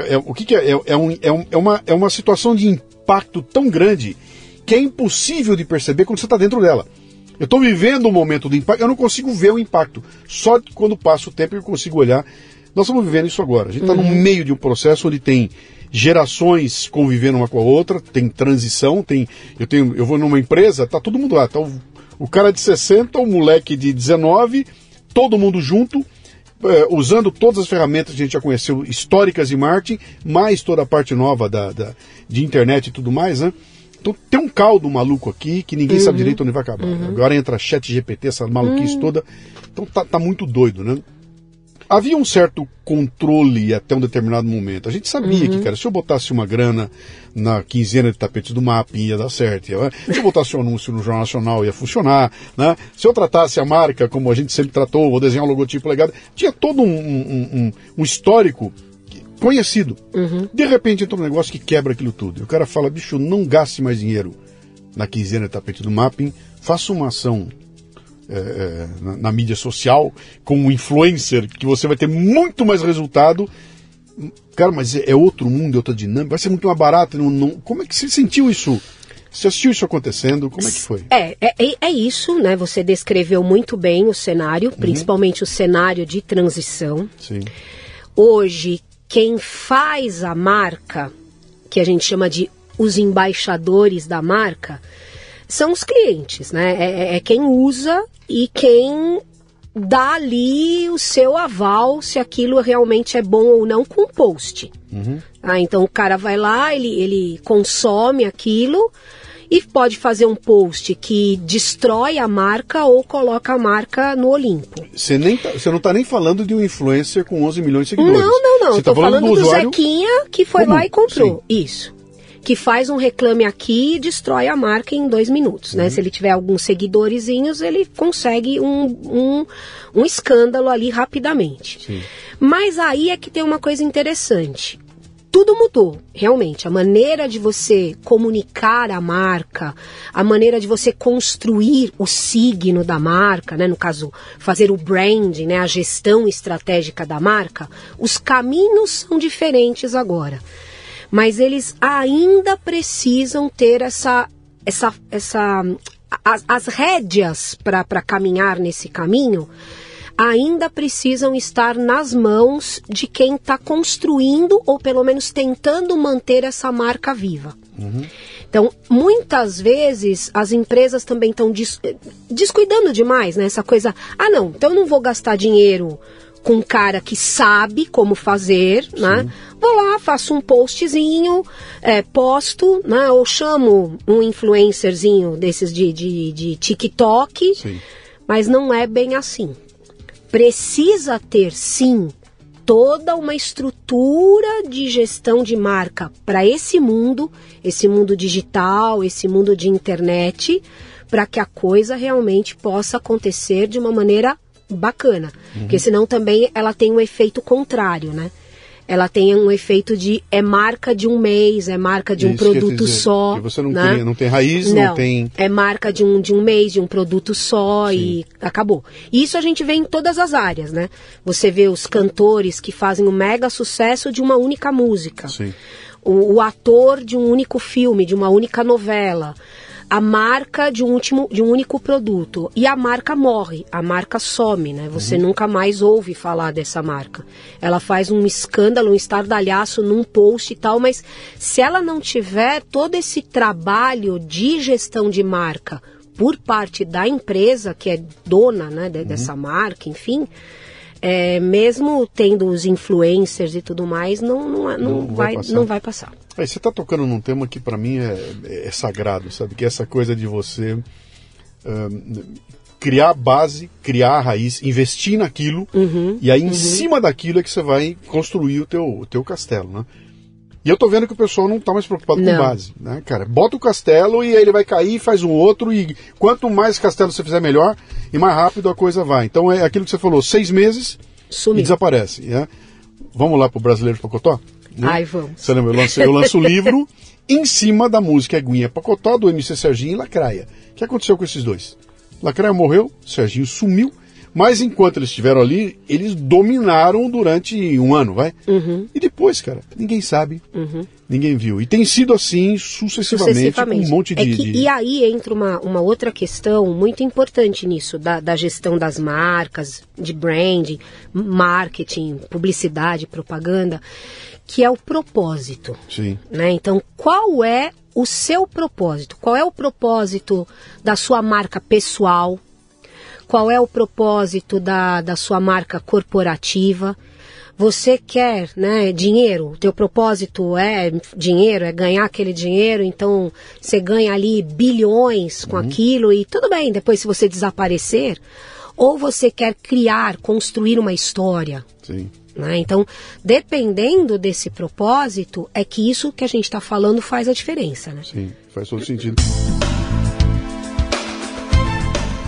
é uma situação de impacto tão grande que é impossível de perceber quando você está dentro dela. Eu estou vivendo um momento do impacto, eu não consigo ver o impacto. Só quando passa o tempo eu consigo olhar. Nós estamos vivendo isso agora. A gente está no meio de um processo onde tem gerações convivendo uma com a outra, tem transição, eu vou numa empresa, tá todo mundo lá, tá o cara de 60, o moleque de 19, todo mundo junto, usando todas as ferramentas que a gente já conheceu, históricas de marketing, mais toda a parte nova de internet e tudo mais, né? Então tem um caldo maluco aqui que ninguém sabe direito onde vai acabar. Agora entra ChatGPT, essa maluquice toda. Então tá muito doido, né? Havia um certo controle até um determinado momento. A gente sabia que, cara, se eu botasse uma grana na quinzena de tapetes do MAP, ia dar certo. Se eu botasse um anúncio no Jornal Nacional, ia funcionar. Né? Se eu tratasse a marca como a gente sempre tratou, ou desenhar um logotipo legado, tinha todo um histórico conhecido. De repente entra um negócio que quebra aquilo tudo. E o cara fala, bicho, não gaste mais dinheiro na quinzena de tapete do Mapping, faça uma ação na mídia social com um influencer que você vai ter muito mais resultado. Cara, mas é outro mundo, é outra dinâmica, vai ser muito mais barato. Como é que você sentiu isso? Você assistiu isso acontecendo? Como é que foi? É isso, né? Você descreveu muito bem o cenário, principalmente o cenário de transição. Sim. Hoje, quem faz a marca, que a gente chama de os embaixadores da marca, são os clientes, né? É quem usa e quem dá ali o seu aval se aquilo realmente é bom ou não com o post. Então o cara vai lá, ele consome aquilo e pode fazer um post que destrói a marca ou coloca a marca no Olimpo. Você não está nem falando de um influencer com 11 milhões de seguidores. Não. Você Estou falando do usuário... Zequinha que foi lá e comprou. Sim. Isso. Que faz um reclame aqui e destrói a marca em 2 minutos, né? Se ele tiver alguns seguidorzinhos, ele consegue um escândalo ali rapidamente. Sim. Mas aí é que tem uma coisa interessante. Tudo mudou, realmente. A maneira de você comunicar a marca, a maneira de você construir o signo da marca, né? No caso, fazer o branding, né? A gestão estratégica da marca, os caminhos são diferentes agora. Mas eles ainda precisam ter as rédeas para caminhar nesse caminho, ainda precisam estar nas mãos de quem está construindo ou pelo menos tentando manter essa marca viva. Então, muitas vezes as empresas também estão descuidando demais, né? Essa coisa, não, então eu não vou gastar dinheiro com um cara que sabe como fazer, né? Vou lá, faço um postzinho, posto, né? Ou chamo um influencerzinho desses de TikTok. Sim. Mas não é bem assim. Precisa ter, sim, toda uma estrutura de gestão de marca para esse mundo digital, esse mundo de internet, para que a coisa realmente possa acontecer de uma maneira bacana, porque senão também ela tem um efeito contrário, né? Ela tem um efeito de marca de um mês, marca de um produto só. Que você não, né? não tem raiz, não tem... É marca de um mês, de um produto só. Sim. E acabou. E isso a gente vê em todas as áreas, né? Você vê os cantores que fazem um mega sucesso de uma única música. Sim. O ator de um único filme, de uma única novela. A marca de um único produto. E a marca morre, a marca some, né? Você nunca mais ouve falar dessa marca. Ela faz um escândalo, um estardalhaço num post e tal, mas se ela não tiver todo esse trabalho de gestão de marca por parte da empresa, que é dona, né, dessa marca, enfim... mesmo tendo os influencers e tudo mais, não vai passar. Você está tocando num tema que para mim é sagrado, sabe? Que é essa coisa de você criar a base, criar a raiz, investir naquilo, e aí em cima daquilo é que você vai construir o teu castelo, né? E eu tô vendo que o pessoal não tá mais preocupado com base, né, cara? Bota o castelo e aí ele vai cair, faz um outro, e quanto mais castelo você fizer melhor, e mais rápido a coisa vai. Então é aquilo que você falou, 6 meses e desaparece, né? Vamos lá pro Brasileiro Pocotó? Né? Ai, vamos. Você lembra? Eu lanço o livro em cima da música Aguinha Pocotó, do MC Serginho e Lacraia. O que aconteceu com esses dois? Lacraia morreu, Serginho sumiu, mas enquanto eles estiveram ali, eles dominaram durante 1 ano, vai? E depois, cara, ninguém sabe, ninguém viu. E tem sido assim sucessivamente. Com um monte de... E aí entra uma outra questão muito importante nisso, da gestão das marcas, de branding, marketing, publicidade, propaganda, que é o propósito. Sim. Né? Então, qual é o seu propósito? Qual é o propósito da sua marca pessoal? Qual é o propósito da sua marca corporativa? Você quer, né, dinheiro? O teu propósito é dinheiro, é ganhar aquele dinheiro, então você ganha ali bilhões com aquilo e tudo bem, depois se você desaparecer, ou você quer criar, construir uma história. Sim. Né? Então, dependendo desse propósito, é que isso que a gente está falando faz a diferença. Né? Sim, faz todo sentido.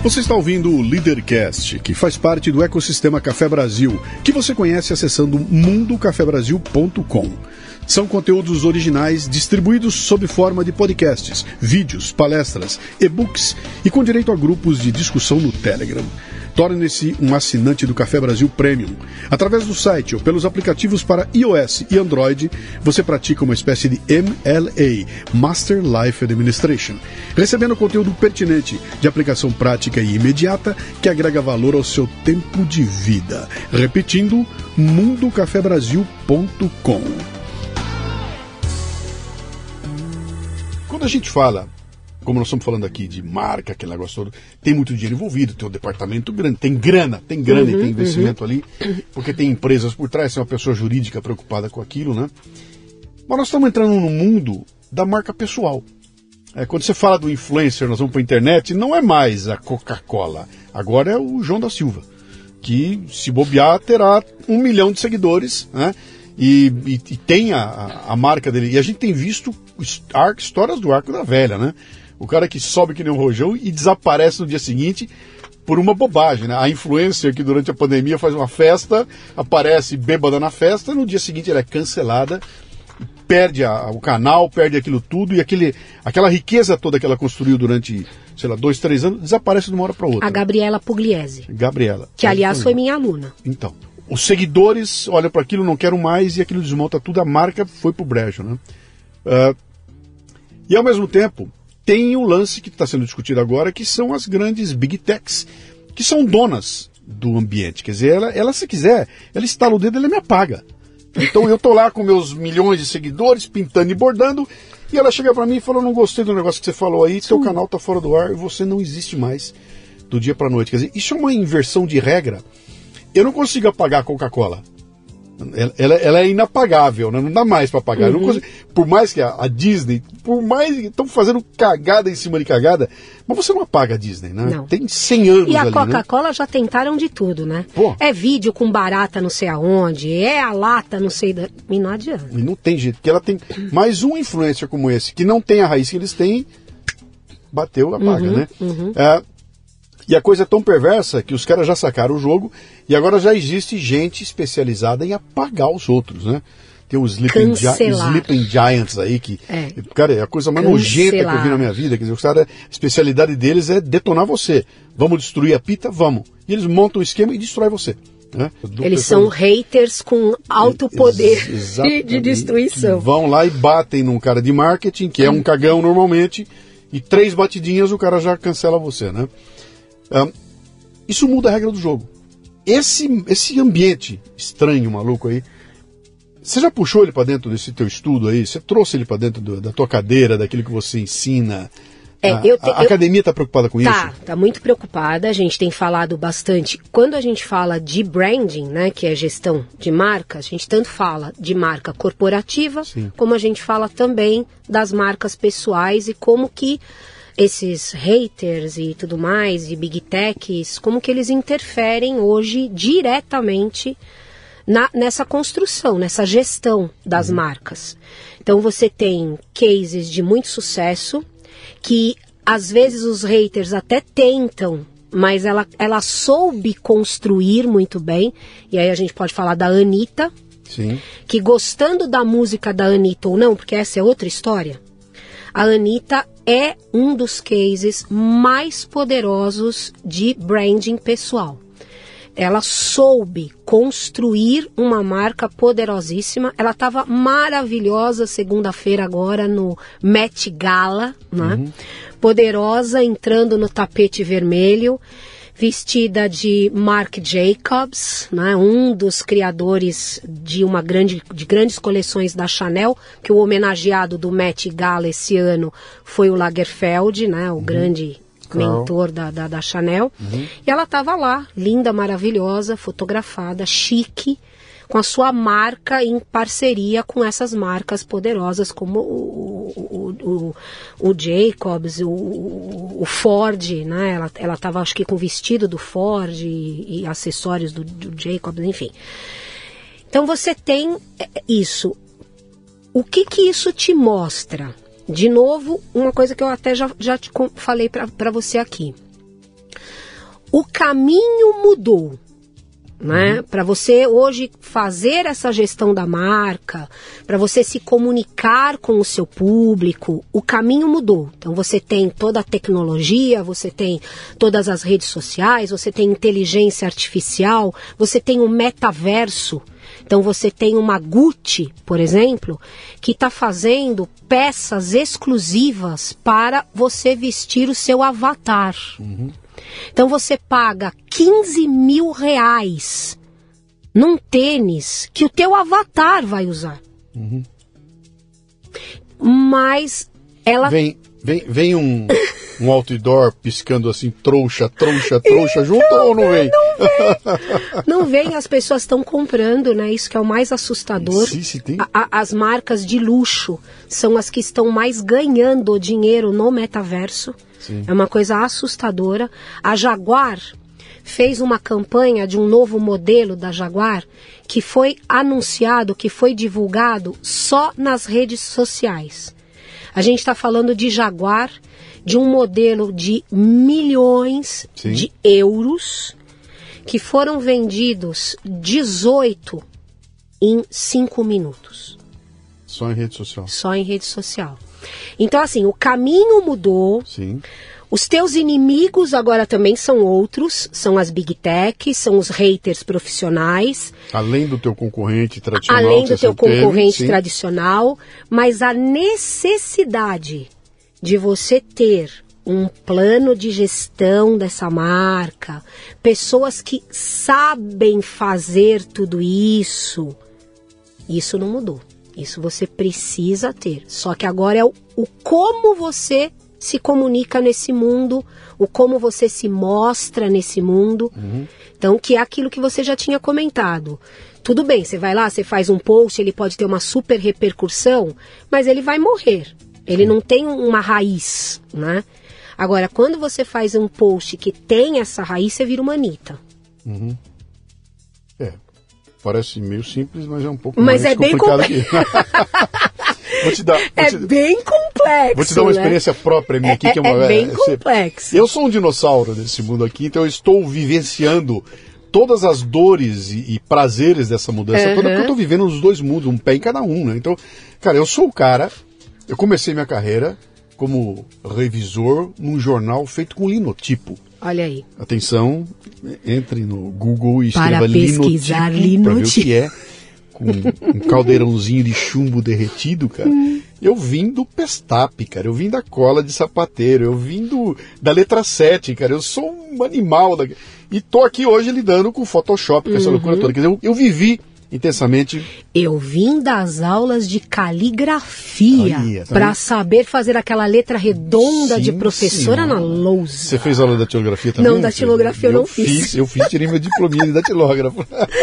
Você está ouvindo o Leadercast, que faz parte do ecossistema Café Brasil, que você conhece acessando mundocafebrasil.com. São conteúdos originais distribuídos sob forma de podcasts, vídeos, palestras, e-books e com direito a grupos de discussão no Telegram. Torne-se um assinante do Café Brasil Premium. Através do site ou pelos aplicativos para iOS e Android, você pratica uma espécie de MLA, Master Life Administration, recebendo conteúdo pertinente, de aplicação prática e imediata, que agrega valor ao seu tempo de vida. Repetindo, mundocafebrasil.com. Quando a gente fala, como nós estamos falando aqui de marca, aquele negócio todo, tem muito dinheiro envolvido, tem um departamento grande, tem grana e tem investimento ali, porque tem empresas por trás, tem uma pessoa jurídica preocupada com aquilo, né? Mas nós estamos entrando no mundo da marca pessoal. Quando você fala do influencer, nós vamos para a internet, não é mais a Coca-Cola, agora é o João da Silva, que se bobear terá 1 milhão de seguidores, né? E tem a marca dele, e a gente tem visto histórias do Arco da Velha, né? O cara que sobe que nem um rojão e desaparece no dia seguinte por uma bobagem, né? A influencer que durante a pandemia faz uma festa, aparece bêbada na festa, no dia seguinte ela é cancelada, perde o canal, perde aquilo tudo, e aquela riqueza toda que ela construiu durante, sei lá, 2, 3 anos, desaparece de uma hora para outra. A Gabriela Pugliese. Gabriela. Que, aliás, foi minha aluna. Então, os seguidores olham para aquilo, não quero mais, e aquilo desmonta tudo, a marca foi pro brejo, né? E ao mesmo tempo, tem o lance que está sendo discutido agora, que são as grandes big techs, que são donas do ambiente. Quer dizer, ela se quiser, ela estala o dedo e ela me apaga. Então eu tô lá com meus milhões de seguidores, pintando e bordando, e ela chega para mim e fala: não gostei do negócio que você falou aí, seu canal tá fora do ar e você não existe mais do dia para noite. Quer dizer, isso é uma inversão de regra. Eu não consigo apagar a Coca-Cola. Ela é inapagável, né? Não dá mais para apagar. Eu não consigo, por mais que a Disney, por mais que estão fazendo cagada em cima de cagada, mas você não apaga a Disney, né? Não. Tem 100 anos ali, E a né? Coca-Cola já tentaram de tudo, né? Pô. É vídeo com barata não sei aonde, é a lata não sei... E não adianta. E não tem jeito, porque ela tem mais um influencer como esse, que não tem a raiz que eles têm, bateu, apaga, né? E a coisa é tão perversa que os caras já sacaram o jogo e agora já existe gente especializada em apagar os outros, né? Tem os Sleeping Giants aí, que, cara, é a coisa mais nojenta que eu vi na minha vida. Quer dizer, os caras, a especialidade deles é detonar você. Vamos destruir a Pita? Vamos. E eles montam um esquema e destroem você. Né? Eles são haters com alto poder de destruição. Vão lá e batem num cara de marketing, que é um cagão normalmente, e 3 batidinhas o cara já cancela você, né? Isso muda a regra do jogo. Esse ambiente estranho, maluco aí, você já puxou ele para dentro desse teu estudo aí? Você trouxe ele para dentro da tua cadeira, daquilo que você ensina? A academia está preocupada com isso? Tá muito preocupada. A gente tem falado bastante. Quando a gente fala de branding, né, que é gestão de marcas, a gente tanto fala de marca corporativa, sim, como a gente fala também das marcas pessoais e como que esses haters e tudo mais, e big techs, como que eles interferem hoje diretamente nessa construção, nessa gestão das marcas. Então você tem cases de muito sucesso, que às vezes os haters até tentam, mas ela soube construir muito bem, e aí a gente pode falar da Anitta, sim, que gostando da música da Anitta ou não, porque essa é outra história, a Anitta é um dos cases mais poderosos de branding pessoal. Ela soube construir uma marca poderosíssima. Ela estava maravilhosa segunda-feira agora no Met Gala, né? Poderosa, entrando no tapete vermelho, vestida de Marc Jacobs, né? Um dos criadores de grandes coleções da Chanel, que o homenageado do Met Gala esse ano foi o Lagerfeld, né? O grande mentor da Chanel. E ela estava lá, linda, maravilhosa, fotografada, chique, com a sua marca em parceria com essas marcas poderosas como o Jacobs, o Ford, né? Ela estava, acho que, com o vestido do Ford e acessórios do Jacobs, enfim. Então você tem isso. O que isso te mostra? De novo, uma coisa que eu até já te falei para você aqui. O caminho mudou. Né? Para você hoje fazer essa gestão da marca, para você se comunicar com o seu público, o caminho mudou. Então você tem toda a tecnologia, você tem todas as redes sociais, você tem inteligência artificial, você tem o metaverso. Então você tem uma Gucci, por exemplo, que está fazendo peças exclusivas para você vestir o seu avatar. Então você paga 15 mil reais num tênis que o teu avatar vai usar. Mas ela... Vem um outdoor piscando assim, trouxa, junto ou não vem? Não vem, as pessoas estão comprando, né? Isso que é o mais assustador. Sim, tem. As marcas de luxo são as que estão mais ganhando dinheiro no metaverso. Sim. É uma coisa assustadora. A Jaguar fez uma campanha de um novo modelo da Jaguar que foi anunciado, que foi divulgado só nas redes sociais. A gente está falando de Jaguar, de um modelo de milhões de euros, que foram vendidos 18 em 5 minutos. Só em rede social. Só em rede social. Então, assim, o caminho mudou. Sim. Os teus inimigos agora também são outros, são as Big Tech, são os haters profissionais. Além do teu concorrente tradicional. Além do teu concorrente teve, tradicional, mas a necessidade de você ter um plano de gestão dessa marca, pessoas que sabem fazer tudo isso não mudou. Isso você precisa ter. Só que agora é o como você se comunica nesse mundo, o como você se mostra nesse mundo. Então, que é aquilo que você já tinha comentado. Tudo bem, você vai lá, você faz um post, ele pode ter uma super repercussão, mas ele vai morrer. Ele não tem uma raiz, né? Agora, quando você faz um post que tem essa raiz, você vira uma Anitta. Parece meio simples, mas é um pouco mais complicado que... bem complexo. Vou te dar uma experiência própria minha aqui. Bem complexo. Eu sou um dinossauro nesse mundo aqui, então eu estou vivenciando todas as dores e prazeres dessa mudança toda, porque eu estou vivendo os dois mundos, um pé em cada um, né? Então, cara, eu sou o cara, eu comecei minha carreira como revisor num jornal feito com linotipo. Olha aí. Atenção, entre no Google e para escreva pesquisar linotipo para ver o que é. Com um caldeirãozinho de chumbo derretido, cara. Eu vim do Pestap, cara. Eu vim da cola de sapateiro. Eu vim da letra 7, cara. Eu sou um animal. E tô aqui hoje lidando com Photoshop, com essa loucura toda. Quer dizer, eu vivi intensamente. Eu vim das aulas de caligrafia para saber fazer aquela letra redonda de professora na lousa. Você fez aula de datilografia também? Não, datilografia eu não fiz. Eu fiz, tirei meu diplominha de datilógrafo.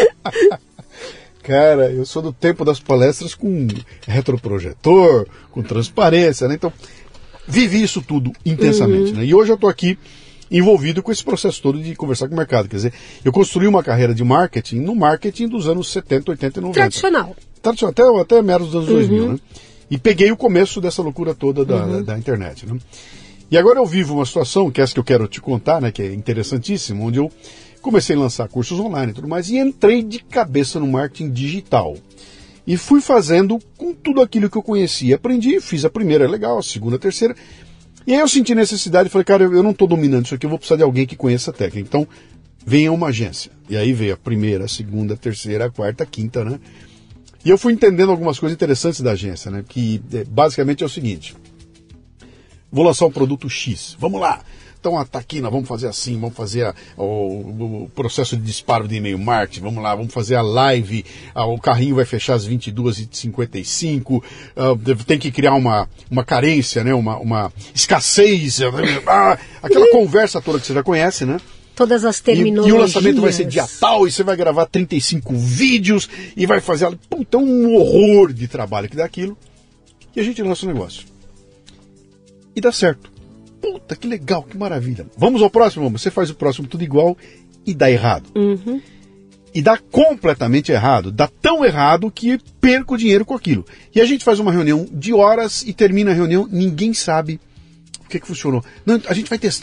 Cara, eu sou do tempo das palestras com retroprojetor, com transparência, né? Então, vivi isso tudo intensamente, né? E hoje eu estou aqui envolvido com esse processo todo de conversar com o mercado. Quer dizer, eu construí uma carreira de marketing no marketing dos anos 70, 80 e 90. Tradicional, até meados dos anos 2000, né? E peguei o começo dessa loucura toda da internet, né? E agora eu vivo uma situação, que é essa que eu quero te contar, né? Que é interessantíssima, onde eu comecei a lançar cursos online e tudo mais, e entrei de cabeça no marketing digital. E fui fazendo com tudo aquilo que eu conhecia. Aprendi, fiz a primeira, legal, a segunda, a terceira. E aí eu senti necessidade, falei, cara, eu não estou dominando isso aqui, eu vou precisar de alguém que conheça a técnica. Então, venha uma agência. E aí veio a primeira, a segunda, a terceira, a quarta, a quinta, né? E eu fui entendendo algumas coisas interessantes da agência, né? Que basicamente é o seguinte: vou lançar um produto X, vamos lá. Então, tá aqui, nós vamos fazer assim, vamos fazer o processo de disparo de e-mail marketing, vamos lá, vamos fazer a live, o carrinho vai fechar às 22h55, tem que criar uma carência, né, uma escassez, aquela conversa toda que você já conhece, né? Todas as terminologias. E o lançamento vai ser dia tal, e você vai gravar 35 vídeos, e vai fazer, puta, um horror de trabalho que dá aquilo, e a gente lança o negócio. E dá certo. Puta, que legal, que maravilha. Vamos ao próximo, você faz o próximo tudo igual e dá errado. E dá completamente errado. Dá tão errado que perco dinheiro com aquilo. E a gente faz uma reunião de horas e termina a reunião, ninguém sabe o que funcionou. Não, a gente vai testando.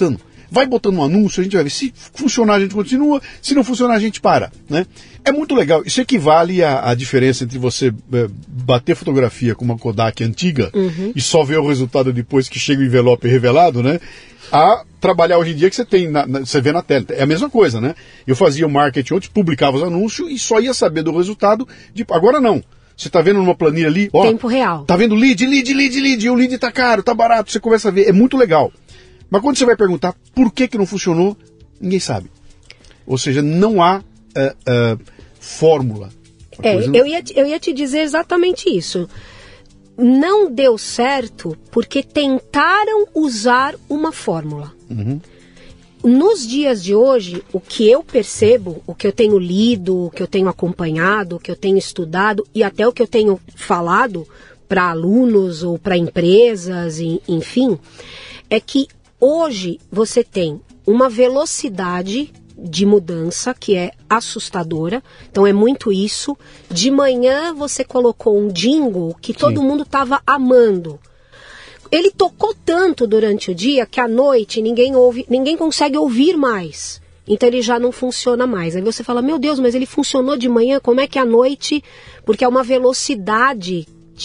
vai botando um anúncio, a gente vai ver. Se funcionar, a gente continua. Se não funcionar, a gente para, né? É muito legal. Isso equivale à diferença entre você bater fotografia com uma Kodak antiga e só ver o resultado depois que chega o envelope revelado, né? A trabalhar hoje em dia que você tem, você vê na tela. É a mesma coisa, né? Eu fazia o marketing antes, publicava os anúncios e só ia saber do resultado. Agora não. Você tá vendo numa planilha ali, ó. Tempo real. Tá vendo lead, e o lead tá caro, tá barato, você começa a ver. É muito legal. Mas quando você vai perguntar por que não funcionou, ninguém sabe. Ou seja, não há fórmula. Eu ia te dizer exatamente isso. Não deu certo porque tentaram usar uma fórmula. Nos dias de hoje, o que eu percebo, o que eu tenho lido, o que eu tenho acompanhado, o que eu tenho estudado e até o que eu tenho falado para alunos ou para empresas, enfim, é que hoje você tem uma velocidade de mudança que é assustadora. Então é muito isso. De manhã você colocou um jingle que todo mundo estava amando. Ele tocou tanto durante o dia que à noite ninguém consegue ouvir mais. Então ele já não funciona mais. Aí você fala, meu Deus, mas ele funcionou de manhã, como é que à noite? Porque é uma velocidade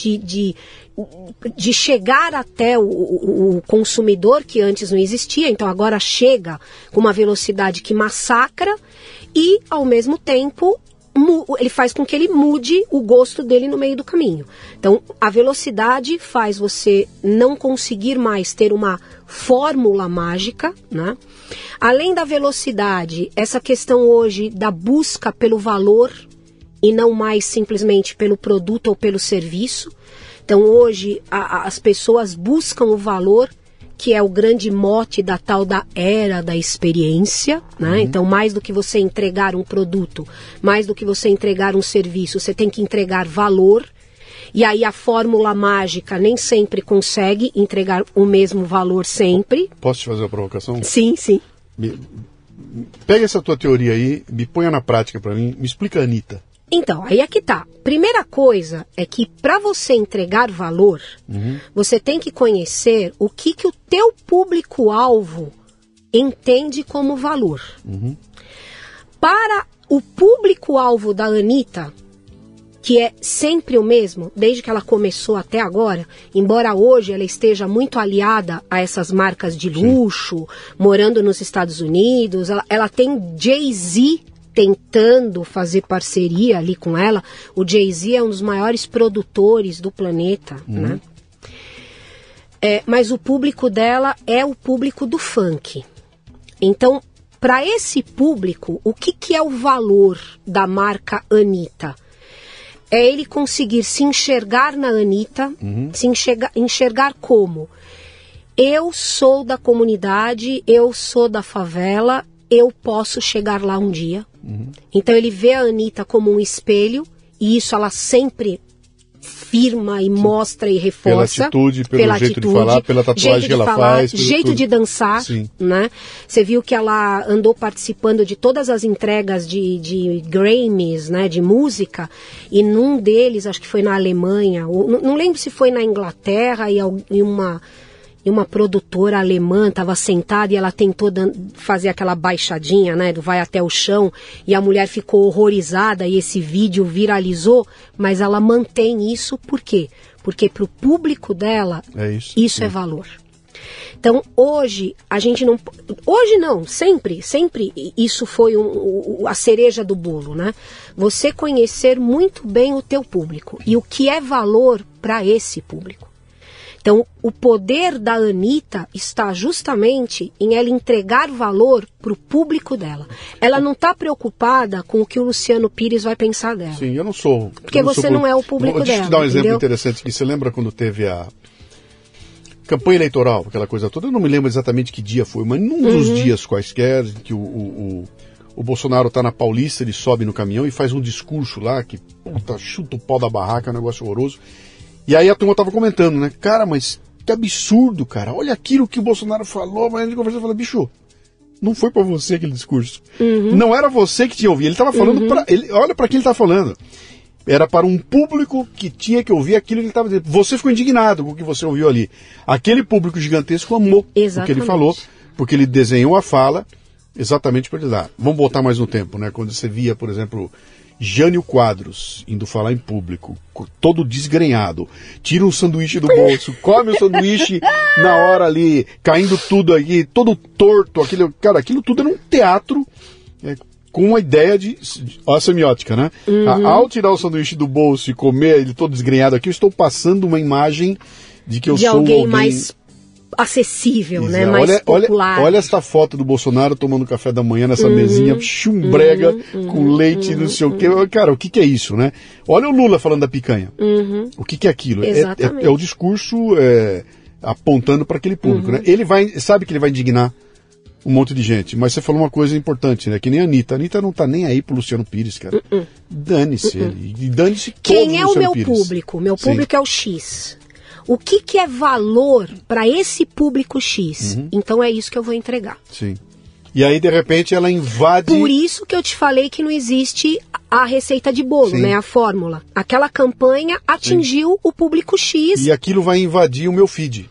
de chegar até o consumidor que antes não existia. Então agora chega com uma velocidade que massacra e, ao mesmo tempo, ele faz com que ele mude o gosto dele no meio do caminho. Então, a velocidade faz você não conseguir mais ter uma fórmula mágica, né? Além da velocidade, essa questão hoje da busca pelo valor e não mais simplesmente pelo produto ou pelo serviço. Então, hoje, as pessoas buscam o valor, que é o grande mote da tal da era da experiência, né? Então, mais do que você entregar um produto, mais do que você entregar um serviço, você tem que entregar valor. E aí a fórmula mágica nem sempre consegue entregar o mesmo valor sempre. Posso te fazer uma provocação? Sim. Pega essa tua teoria aí, me ponha na prática para mim, me explica a Anitta. Então, aí é que tá. Primeira coisa é que para você entregar valor, você tem que conhecer o que o teu público-alvo entende como valor. Para o público-alvo da Anitta, que é sempre o mesmo, desde que ela começou até agora, embora hoje ela esteja muito aliada a essas marcas de luxo, morando nos Estados Unidos, ela tem Jay-Z tentando fazer parceria ali com ela. O Jay-Z é um dos maiores produtores do planeta, né? Mas o público dela é o público do funk. Então, para esse público, o que é o valor da marca Anitta? É ele conseguir se enxergar na Anitta, se enxergar como: eu sou da comunidade, eu sou da favela, eu posso chegar lá um dia. Então ele vê a Anitta como um espelho, e isso ela sempre firma e mostra e reforça. Pela atitude, pelo jeito de falar, pela tatuagem que ela faz. Jeito de dançar, né? Você viu que ela andou participando de todas as entregas de Grammys, né, de música, e num deles, acho que foi na Alemanha, ou, não lembro se foi na Inglaterra, e uma produtora alemã estava sentada e ela tentou fazer aquela baixadinha, né, do vai até o chão, e a mulher ficou horrorizada e esse vídeo viralizou, mas ela mantém isso, por quê? Porque para o público dela, isso é valor. Então, hoje, a gente não... Hoje não, sempre isso foi a cereja do bolo, né? Você conhecer muito bem o teu público e o que é valor para esse público. Então, o poder da Anitta está justamente em ela entregar valor para o público dela. Ela não está preocupada com o que o Luciano Pires vai pensar dela. Sim, eu não sou... Porque você não é o público dela. Deixa eu te dar um exemplo interessante. Você lembra quando teve a campanha eleitoral, aquela coisa toda? Eu não me lembro exatamente que dia foi, mas num dos dias quaisquer, que o Bolsonaro está na Paulista, ele sobe no caminhão e faz um discurso lá que, puta, chuta o pau da barraca, é um negócio horroroso. E aí a turma tava comentando, né? Cara, mas que absurdo, cara. Olha aquilo que o Bolsonaro falou. Mas a gente conversou e falou, bicho, não foi pra você aquele discurso. Não era você que tinha ouvido. Ele tava falando pra... olha pra quem ele tá falando. Era para um público que tinha que ouvir aquilo que ele estava dizendo. Você ficou indignado com o que você ouviu ali. Aquele público gigantesco amou o que ele falou. porque ele desenhou a fala exatamente para ele dar. Vamos voltar mais no tempo, né? Quando você via, por exemplo, Jânio Quadros indo falar em público, todo desgrenhado, tira um sanduíche do bolso, come o sanduíche na hora ali, caindo tudo aqui, todo torto, aquilo tudo era um teatro com uma ideia de a semiótica, né? Ao tirar o sanduíche do bolso e comer ele todo desgrenhado aqui, eu estou passando uma imagem de que eu sou alguém mais acessível, né? Mais popular. Olha esta foto do Bolsonaro tomando café da manhã nessa mesinha chumbrega com leite, não sei o quê. Cara, o que é isso, né? Olha o Lula falando da picanha. O que é aquilo? É o discurso apontando para aquele público, né? Ele sabe que ele vai indignar um monte de gente, mas você falou uma coisa importante, né? Que nem a Anitta. A Anitta não tá nem aí pro Luciano Pires, cara. Dane-se ele. E dane-se todo Quem é o meu Pires. público? Meu público é o X. O que é valor para esse público X? Então é isso que eu vou entregar. Sim. E aí, de repente, ela invade... Por isso que eu te falei que não existe a receita de bolo, Sim. né? A fórmula. Aquela campanha atingiu o público X. E aquilo vai invadir o meu feed.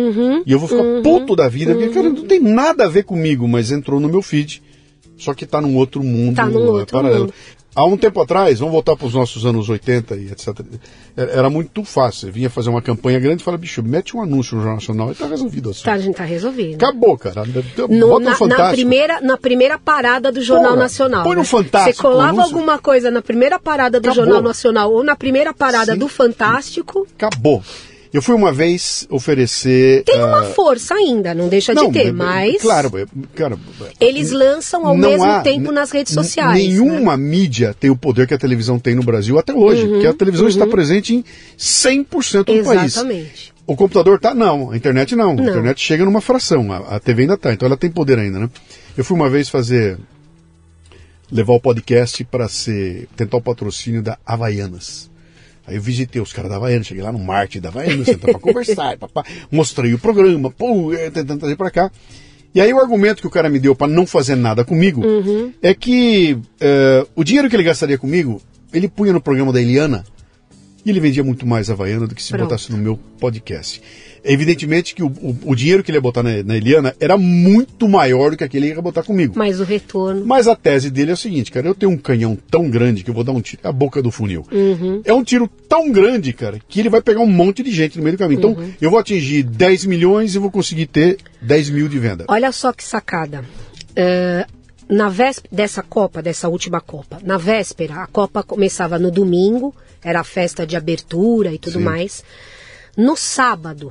E eu vou ficar puto da vida, porque, cara, não tem nada a ver comigo, mas entrou no meu feed. Só que tá num outro mundo paralelo. Mundo. Há um tempo atrás, vamos voltar para os nossos anos 80 e etc. Era muito fácil. Você vinha fazer uma campanha grande e fala, bicho, mete um anúncio no Jornal Nacional e tá resolvido assim. Tá resolvido. Acabou, cara. Bota no Fantástico. Na primeira parada do Jornal Nacional. Põe no Fantástico. Você colava alguma coisa na primeira parada do Jornal Nacional ou na primeira parada do Fantástico. Acabou. Eu fui uma vez oferecer... Tem uma força ainda, não deixa de ter, mas... Claro, cara... Eles lançam ao mesmo tempo nas redes sociais. Nenhuma mídia tem o poder que a televisão tem no Brasil até hoje, porque a televisão está presente em 100% do país. Exatamente. O computador tá? Não. A internet não. A internet chega numa fração. A TV ainda tá, então ela tem poder ainda, né? Eu fui uma vez levar o podcast para tentar o patrocínio da Havaianas. Aí eu visitei os caras da Havaianas, cheguei lá no marketing da Havaianas, sentei pra conversar, mostrei o programa, tentando trazer pra cá. E aí o argumento que o cara me deu para não fazer nada comigo é que o dinheiro que ele gastaria comigo, ele punha no programa da Eliana e ele vendia muito mais Havaiana do que se botasse no meu podcast. Evidentemente que o dinheiro que ele ia botar na Eliana era muito maior do que aquele que ele ia botar comigo. Mas o retorno... Mas a tese dele é o seguinte, cara, eu tenho um canhão tão grande que eu vou dar um tiro, a boca do funil. É um tiro tão grande, cara, que ele vai pegar um monte de gente no meio do caminho. Então, eu vou atingir 10 milhões e vou conseguir ter 10 mil de venda. Olha só que sacada. Na véspera dessa última Copa, na véspera, a Copa começava no domingo, era a festa de abertura e tudo mais. No sábado,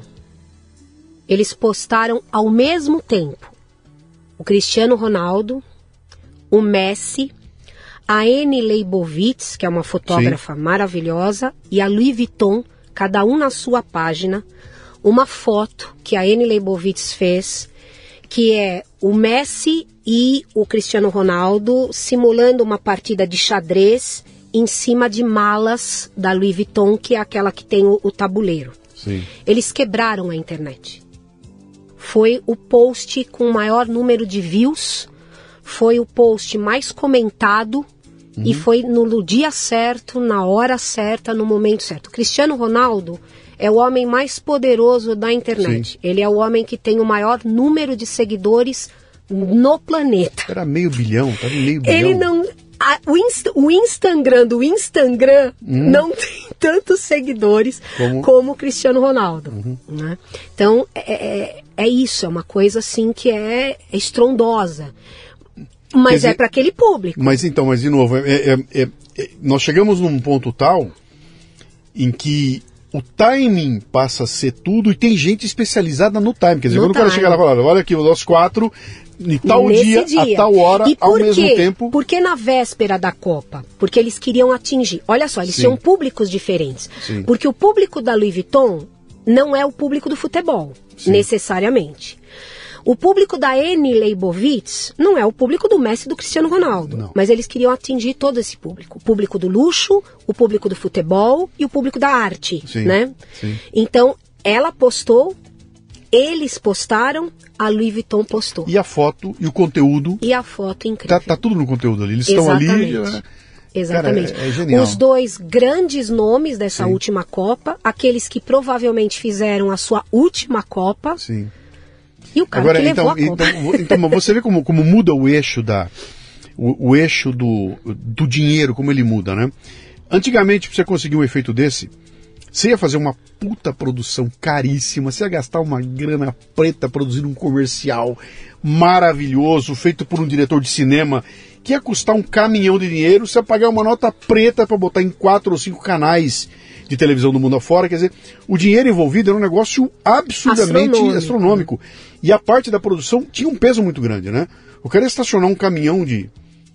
eles postaram ao mesmo tempo o Cristiano Ronaldo, o Messi, a Annie Leibovitz, que é uma fotógrafa maravilhosa, e a Louis Vuitton, cada um na sua página, uma foto que a Annie Leibovitz fez, que é o Messi e o Cristiano Ronaldo simulando uma partida de xadrez em cima de malas da Louis Vuitton, que é aquela que tem o tabuleiro. Sim. Eles quebraram a internet. Foi o post com o maior número de views, foi o post mais comentado e foi no dia certo, na hora certa, no momento certo. Cristiano Ronaldo é o homem mais poderoso da internet. Sim. Ele é o homem que tem o maior número de seguidores no planeta. Era meio bilhão, estava em meio bilhão. Ele não... O Instagram do Instagram não tem tantos seguidores como o Cristiano Ronaldo. Né? Então, é isso, é uma coisa assim que é estrondosa. Mas dizer, para aquele público. Mas de novo, nós chegamos num ponto tal em que o timing passa a ser tudo e tem gente especializada no timing. Quer dizer, quando o cara chega lá e fala, olha aqui, nós 4... em tal dia, a tal hora, ao mesmo tempo. Por que na véspera da Copa? Porque eles queriam atingir. Olha só, eles tinham públicos diferentes. Sim. Porque o público da Louis Vuitton não é o público do futebol, necessariamente. O público da Annie Leibovitz não é o público do Messi e do Cristiano Ronaldo. Não. Mas eles queriam atingir todo esse público. O público do luxo, o público do futebol e o público da arte. Né? Sim. Então, ela postou, eles postaram, a Louis Vuitton postou. E a foto e o conteúdo. E a foto incrível. Tá tudo no conteúdo ali. Eles estão ali. Exatamente. Cara, é genial. Os dois grandes nomes dessa última Copa, aqueles que provavelmente fizeram a sua última Copa. Sim. E o cara agora, que levou a Copa. Então, você vê como muda o eixo o eixo do dinheiro, como ele muda, né? Antigamente, para você conseguir um efeito desse, você ia fazer uma puta produção caríssima, você ia gastar uma grana preta produzindo um comercial maravilhoso, feito por um diretor de cinema, que ia custar um caminhão de dinheiro, você ia pagar uma nota preta para botar em 4 ou 5 canais de televisão do mundo afora. Quer dizer, o dinheiro envolvido era um negócio absurdamente astronômico. E a parte da produção tinha um peso muito grande, né? O cara ia estacionar um caminhão de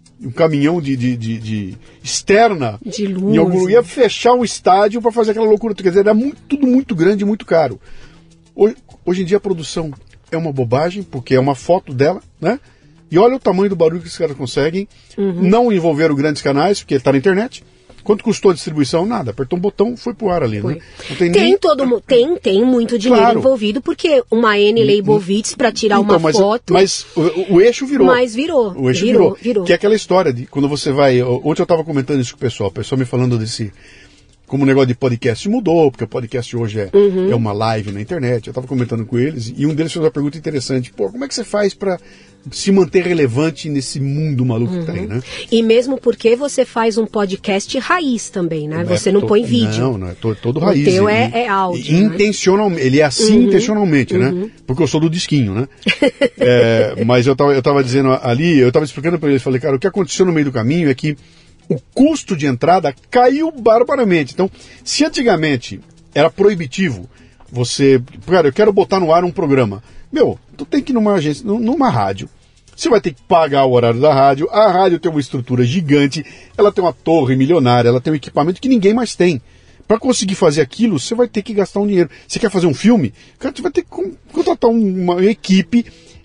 externa de luz, em algum lugar, ia fechar um estádio para fazer aquela loucura. Quer dizer, era tudo muito grande e muito caro. Hoje em dia a produção é uma bobagem, porque é uma foto dela, né? E olha o tamanho do barulho que os caras conseguem. Não envolveram grandes canais, porque está na internet. Quanto custou a distribuição? Nada. Apertou um botão, foi pro ar ali, né? Não tem muito dinheiro envolvido, porque uma N Leibovitz para tirar uma foto. Mas o eixo virou. Mas virou. O eixo virou. Que é aquela história de quando você vai. Ontem eu estava comentando isso com o pessoal me falando desse. Como o negócio de podcast mudou, porque o podcast hoje é uma live na internet. Eu estava comentando com eles e um deles fez uma pergunta interessante. Pô, como é que você faz para se manter relevante nesse mundo maluco que tá aí, né? E mesmo porque você faz um podcast raiz também, né? Você não põe vídeo. Não, é todo raiz. O teu é áudio. Intencionalmente, ele é assim intencionalmente, né? Porque eu sou do disquinho, né? Mas eu tava dizendo ali, eu tava explicando para eles, falei, cara, o que aconteceu no meio do caminho é que o custo de entrada caiu barbaramente. Então, se antigamente era proibitivo você... Cara, eu quero botar no ar um programa. Tu tem que ir numa agência, numa rádio. Você vai ter que pagar o horário da rádio. A rádio tem uma estrutura gigante. Ela tem uma torre milionária. Ela tem um equipamento que ninguém mais tem. Para conseguir fazer aquilo, você vai ter que gastar um dinheiro. Você quer fazer um filme? Cara, você vai ter que contratar uma equipe.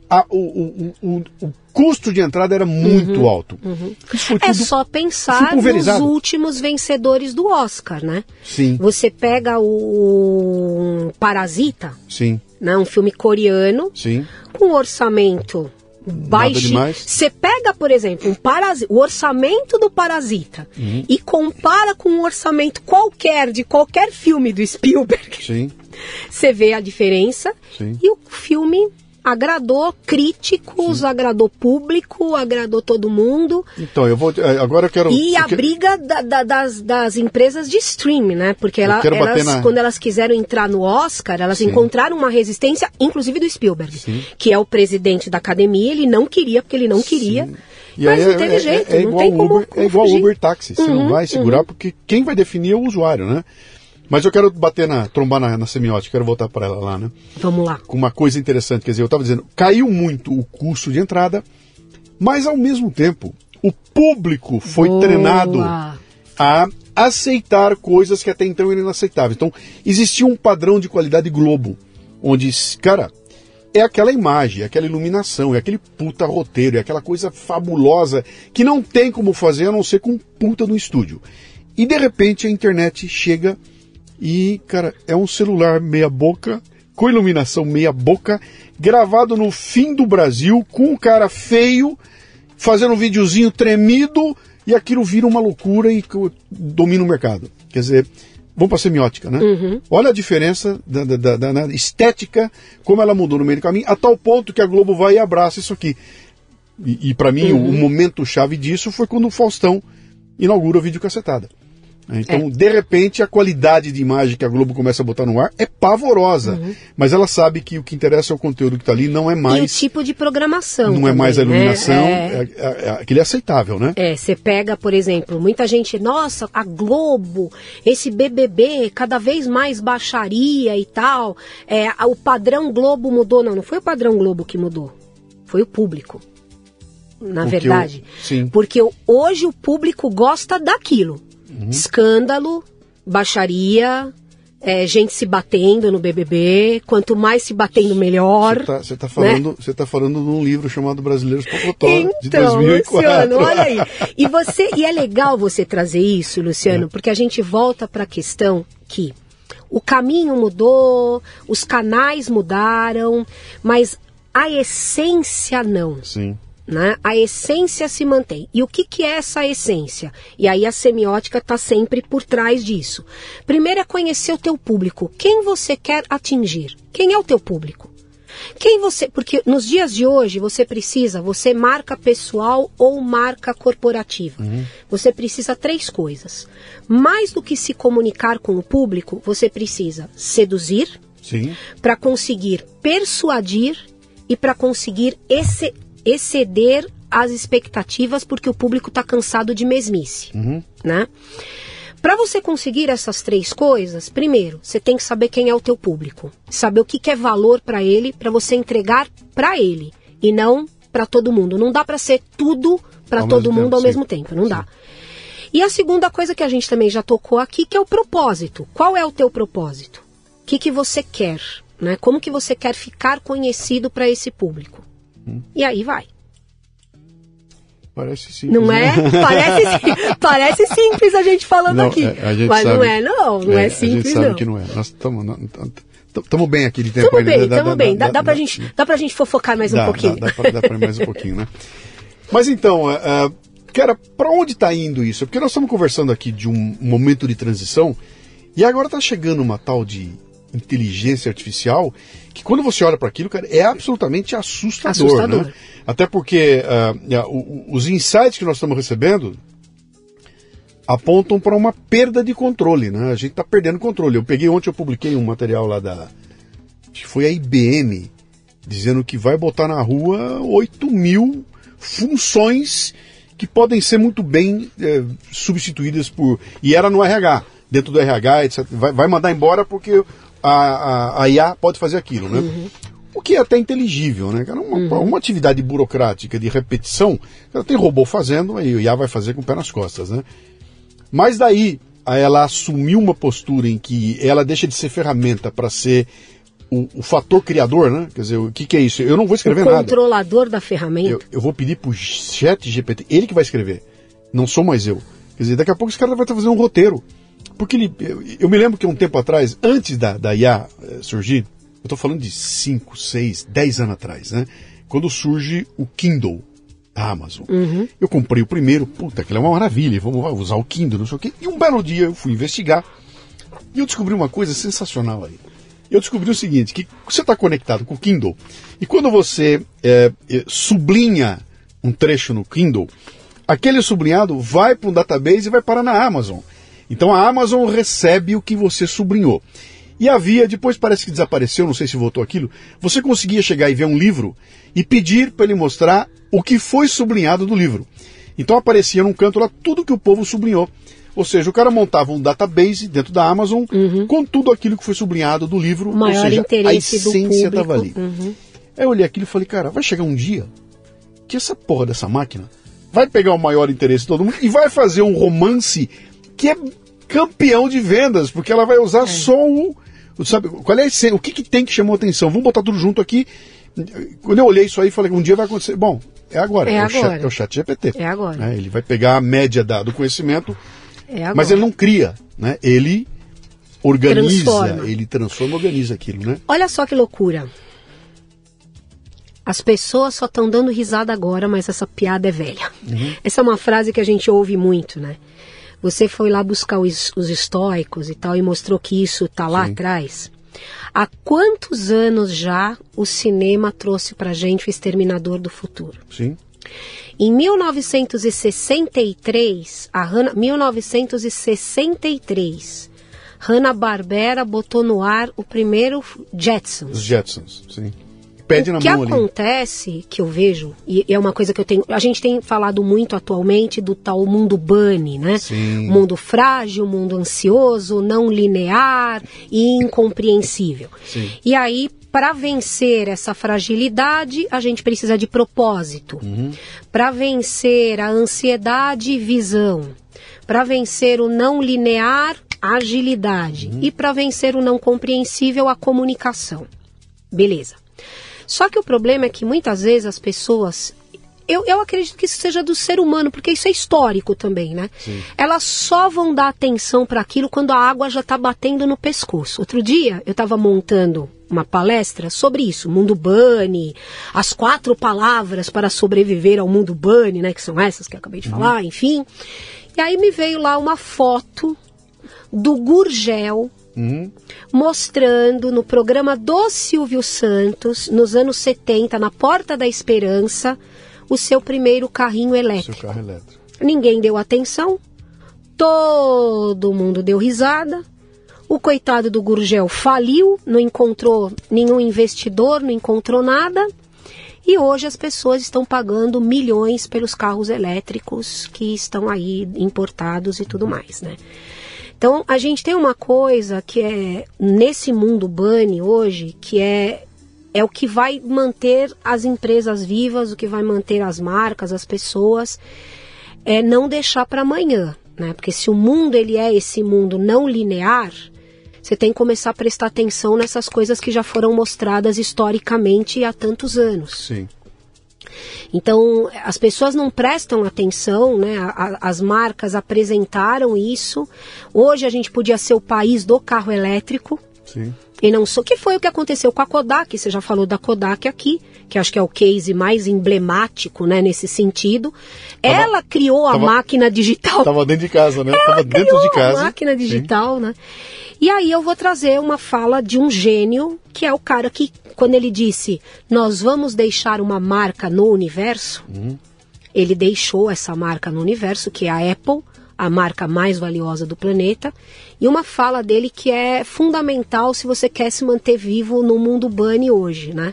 O custo de entrada era muito alto. É só pensar nos últimos vencedores do Oscar, né? Sim. Você pega o Parasita, sim, né? Um filme coreano, sim, com orçamento baixinho. Você pega, por exemplo, o orçamento do Parasita e compara com um orçamento qualquer de qualquer filme do Spielberg. Sim. Você vê a diferença. Sim. E o filme agradou críticos, agradou público, agradou todo mundo. Então, agora eu quero... E a briga das empresas de streaming, né? Porque quando elas quiseram entrar no Oscar, elas encontraram uma resistência, inclusive do Spielberg, que é o presidente da academia. Ele não queria, porque ele não queria. E mas não teve jeito, não tem como fugir. É igual Uber táxi, você não vai segurar, porque quem vai definir é o usuário, né? Mas eu quero trombar na semiótica, quero voltar para ela lá, né? Vamos lá. Com uma coisa interessante, quer dizer, eu estava dizendo, caiu muito o custo de entrada, mas ao mesmo tempo, o público foi treinado a aceitar coisas que até então eram inaceitáveis. Então, existia um padrão de qualidade Globo, onde, cara, é aquela imagem, é aquela iluminação, é aquele puta roteiro, é aquela coisa fabulosa que não tem como fazer a não ser com um puta no estúdio. E de repente a internet chega e, cara, é um celular meia boca, com iluminação meia boca, gravado no fim do Brasil, com um cara feio, fazendo um videozinho tremido, e aquilo vira uma loucura e domina o mercado. Quer dizer, vamos para a semiótica, né? Olha a diferença da estética, como ela mudou no meio do caminho, a tal ponto que a Globo vai e abraça isso aqui. E para mim, o momento-chave disso foi quando o Faustão inaugura o videocassetada. Então, de repente, a qualidade de imagem que a Globo começa a botar no ar é pavorosa. Mas ela sabe que o que interessa é o conteúdo que está ali, não é mais... E o tipo de programação. Não também, é mais a iluminação, aquele é aceitável, né? Você pega, por exemplo, muita gente, nossa, a Globo, esse BBB, cada vez mais baixaria e tal. O padrão Globo mudou. Não foi o padrão Globo que mudou. Foi o público. Na verdade. Sim. Porque hoje o público gosta daquilo. Escândalo, baixaria, gente se batendo no BBB, quanto mais se batendo melhor. Você tá falando de um livro chamado Brasileiros Popotó, de 2004. Luciano, olha aí. E é legal você trazer isso, Luciano, porque a gente volta para a questão que o caminho mudou, os canais mudaram, mas a essência não. Sim. Né? A essência se mantém. E o que é essa essência? E aí a semiótica está sempre por trás disso. Primeiro é conhecer o teu público. Quem você quer atingir? Quem é o teu público? Quem você... Porque nos dias de hoje você marca pessoal ou marca corporativa. Você precisa 3 coisas. Mais do que se comunicar com o público, você precisa seduzir, para conseguir persuadir e para conseguir exceder as expectativas, porque o público está cansado de mesmice, né? Para você conseguir essas 3 coisas, primeiro, você tem que saber quem é o teu público, saber o que é valor para ele, para você entregar para ele e não para todo mundo. Não dá para ser tudo para todo mundo ao mesmo tempo, não dá. E a segunda coisa que a gente também já tocou aqui, que é o propósito. Qual é o teu propósito? O que você quer, né? Como que você quer ficar conhecido para esse público? E aí vai. Parece simples. Não é? Parece simples a gente falando aqui. Mas sabe, não é simples, não. A gente sabe que não é. Nós estamos bem aqui de tempo ainda. Estamos bem. Dá pra gente fofocar mais um pouquinho. Dá pra ir mais um pouquinho, né? Mas então, cara, pra onde está indo isso? Porque nós estamos conversando aqui de um momento de transição e agora está chegando uma tal de inteligência artificial que quando você olha para aquilo, cara, é absolutamente assustador. Né? Até porque os insights que nós estamos recebendo apontam para uma perda de controle, né? A gente está perdendo controle. Ontem eu publiquei um material lá acho que foi a IBM, dizendo que vai botar na rua 8.000 funções que podem ser muito bem substituídas por... E era no RH, dentro do RH, etc. Vai mandar embora porque a IA pode fazer aquilo, né? O que é até inteligível, né? Uma atividade burocrática de repetição, tem robô fazendo, aí o IA vai fazer com o pé nas costas, né? Mas daí ela assumiu uma postura em que ela deixa de ser ferramenta para ser o fator criador, né? Quer dizer, o que é isso? Eu não vou escrever nada. O controlador da ferramenta. Eu vou pedir pro ChatGPT, ele que vai escrever, não sou mais eu. Quer dizer, daqui a pouco esse cara vai estar fazendo um roteiro. Porque eu me lembro que um tempo atrás, antes da IA surgir, eu estou falando de 5, 6, 10 anos atrás, né? Quando surge o Kindle da Amazon. Eu comprei o primeiro, aquilo é uma maravilha, vamos usar o Kindle, não sei o quê. E um belo dia eu fui investigar e eu descobri uma coisa sensacional aí. Eu descobri o seguinte, que você está conectado com o Kindle e quando você sublinha um trecho no Kindle, aquele sublinhado vai para um database e vai parar na Amazon. Então a Amazon recebe o que você sublinhou. E depois parece que desapareceu, não sei se voltou aquilo, você conseguia chegar e ver um livro e pedir para ele mostrar o que foi sublinhado do livro. Então aparecia num canto lá tudo que o povo sublinhou. Ou seja, o cara montava um database dentro da Amazon com tudo aquilo que foi sublinhado do livro, ou seja, a essência estava ali. Aí eu olhei aquilo e falei, cara, vai chegar um dia que essa porra dessa máquina vai pegar o maior interesse de todo mundo e vai fazer um romance que é campeão de vendas, porque ela vai usar só sabe, qual é a essência, o que tem que chamar a atenção? Vamos botar tudo junto aqui. Quando eu olhei isso aí, falei que um dia vai acontecer. Bom, é agora. É o ChatGPT. É agora. Ele vai pegar a média do conhecimento, mas ele não cria, né? Ele organiza, ele transforma, organiza aquilo, né? Olha só que loucura. As pessoas só estão dando risada agora, mas essa piada é velha. Essa é uma frase que a gente ouve muito, né? Você foi lá buscar os estoicos e tal e mostrou que isso está lá atrás. Há quantos anos já o cinema trouxe pra gente o Exterminador do Futuro? Sim. Em 1963, Hanna-Barbera botou no ar o primeiro Jetsons. Os Jetsons, sim. Pede na mão ali. O que acontece, que eu vejo, e é uma coisa que a gente tem falado muito atualmente do tal mundo bunny, né? Sim. Mundo frágil, mundo ansioso, não linear e incompreensível. Sim. E aí, para vencer essa fragilidade, a gente precisa de propósito. Para vencer a ansiedade, visão. Para vencer o não linear, agilidade. E para vencer o não compreensível, a comunicação. Beleza. Só que o problema é que muitas vezes as pessoas, eu acredito que isso seja do ser humano, porque isso é histórico também, né? Sim. Elas só vão dar atenção para aquilo quando a água já está batendo no pescoço. Outro dia eu estava montando uma palestra sobre isso, mundo bunny, as 4 palavras para sobreviver ao mundo bunny, né? Que são essas que eu acabei de falar, enfim. E aí me veio lá uma foto do Gurgel mostrando no programa do Silvio Santos, nos anos 70, na Porta da Esperança, o seu primeiro carrinho elétrico. Seu carro elétrico. Ninguém deu atenção, todo mundo deu risada, o coitado do Gurgel faliu, não encontrou nenhum investidor, não encontrou nada, e hoje as pessoas estão pagando milhões pelos carros elétricos que estão aí importados e tudo mais, né? Então, a gente tem uma coisa que é, nesse mundo bunny hoje, que é o que vai manter as empresas vivas, o que vai manter as marcas, as pessoas, é não deixar para amanhã, né? Porque se o mundo ele é esse mundo não linear, você tem que começar a prestar atenção nessas coisas que já foram mostradas historicamente há tantos anos. Sim. Então, as pessoas não prestam atenção, né? As marcas apresentaram isso. Hoje a gente podia ser o país do carro elétrico. Sim. E não só que foi o que aconteceu com a Kodak. Você já falou da Kodak aqui, que acho que é o case mais emblemático, né, nesse sentido. Ela criou a máquina digital. Estava dentro de casa, né? Estava dentro de casa. A máquina digital, sim, né? E aí eu vou trazer uma fala de um gênio, que é o cara que, quando ele disse, nós vamos deixar uma marca no universo, ele deixou essa marca no universo, que é a Apple, a marca mais valiosa do planeta, e uma fala dele que é fundamental se você quer se manter vivo no mundo bunny hoje, né?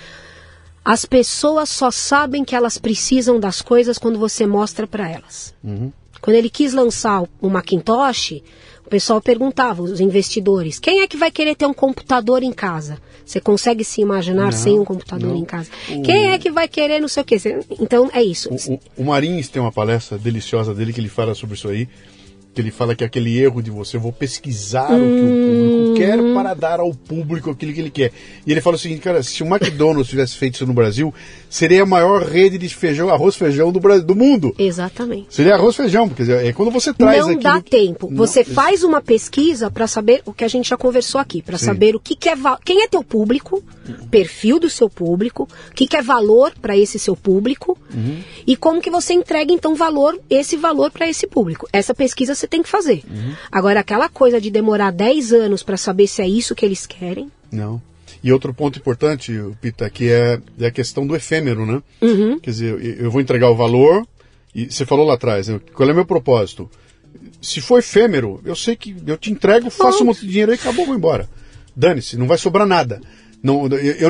As pessoas só sabem que elas precisam das coisas quando você mostra para elas. Quando ele quis lançar o Macintosh, o pessoal perguntava, os investidores, quem é que vai querer ter um computador em casa? Você consegue se imaginar sem um computador em casa? Quem é que vai querer não sei o quê? Então, é isso. O Marins tem uma palestra deliciosa dele que ele fala sobre isso aí, que ele fala que é aquele erro de você, eu vou pesquisar o que o público quer para dar ao público aquilo que ele quer. E ele fala o seguinte, cara, se o McDonald's tivesse feito isso no Brasil, seria a maior rede de feijão, arroz feijão do mundo. Exatamente. Seria arroz feijão, porque é quando você traz não dá tempo. Você faz uma pesquisa para saber o que a gente já conversou aqui, para saber o que é quem é teu público, perfil do seu público, o que é valor para esse seu público e como que você entrega então esse valor para esse público. Essa pesquisa você tem que fazer. Agora, aquela coisa de demorar 10 anos para saber se é isso que eles querem. Não. E outro ponto importante, Pita, que é a questão do efêmero, né? Quer dizer, eu vou entregar o valor, e você falou lá atrás, né? Qual é o meu propósito? Se for efêmero, eu sei que eu te entrego, faço um monte de dinheiro e acabou, vou embora. Dane-se, não vai sobrar nada. Não,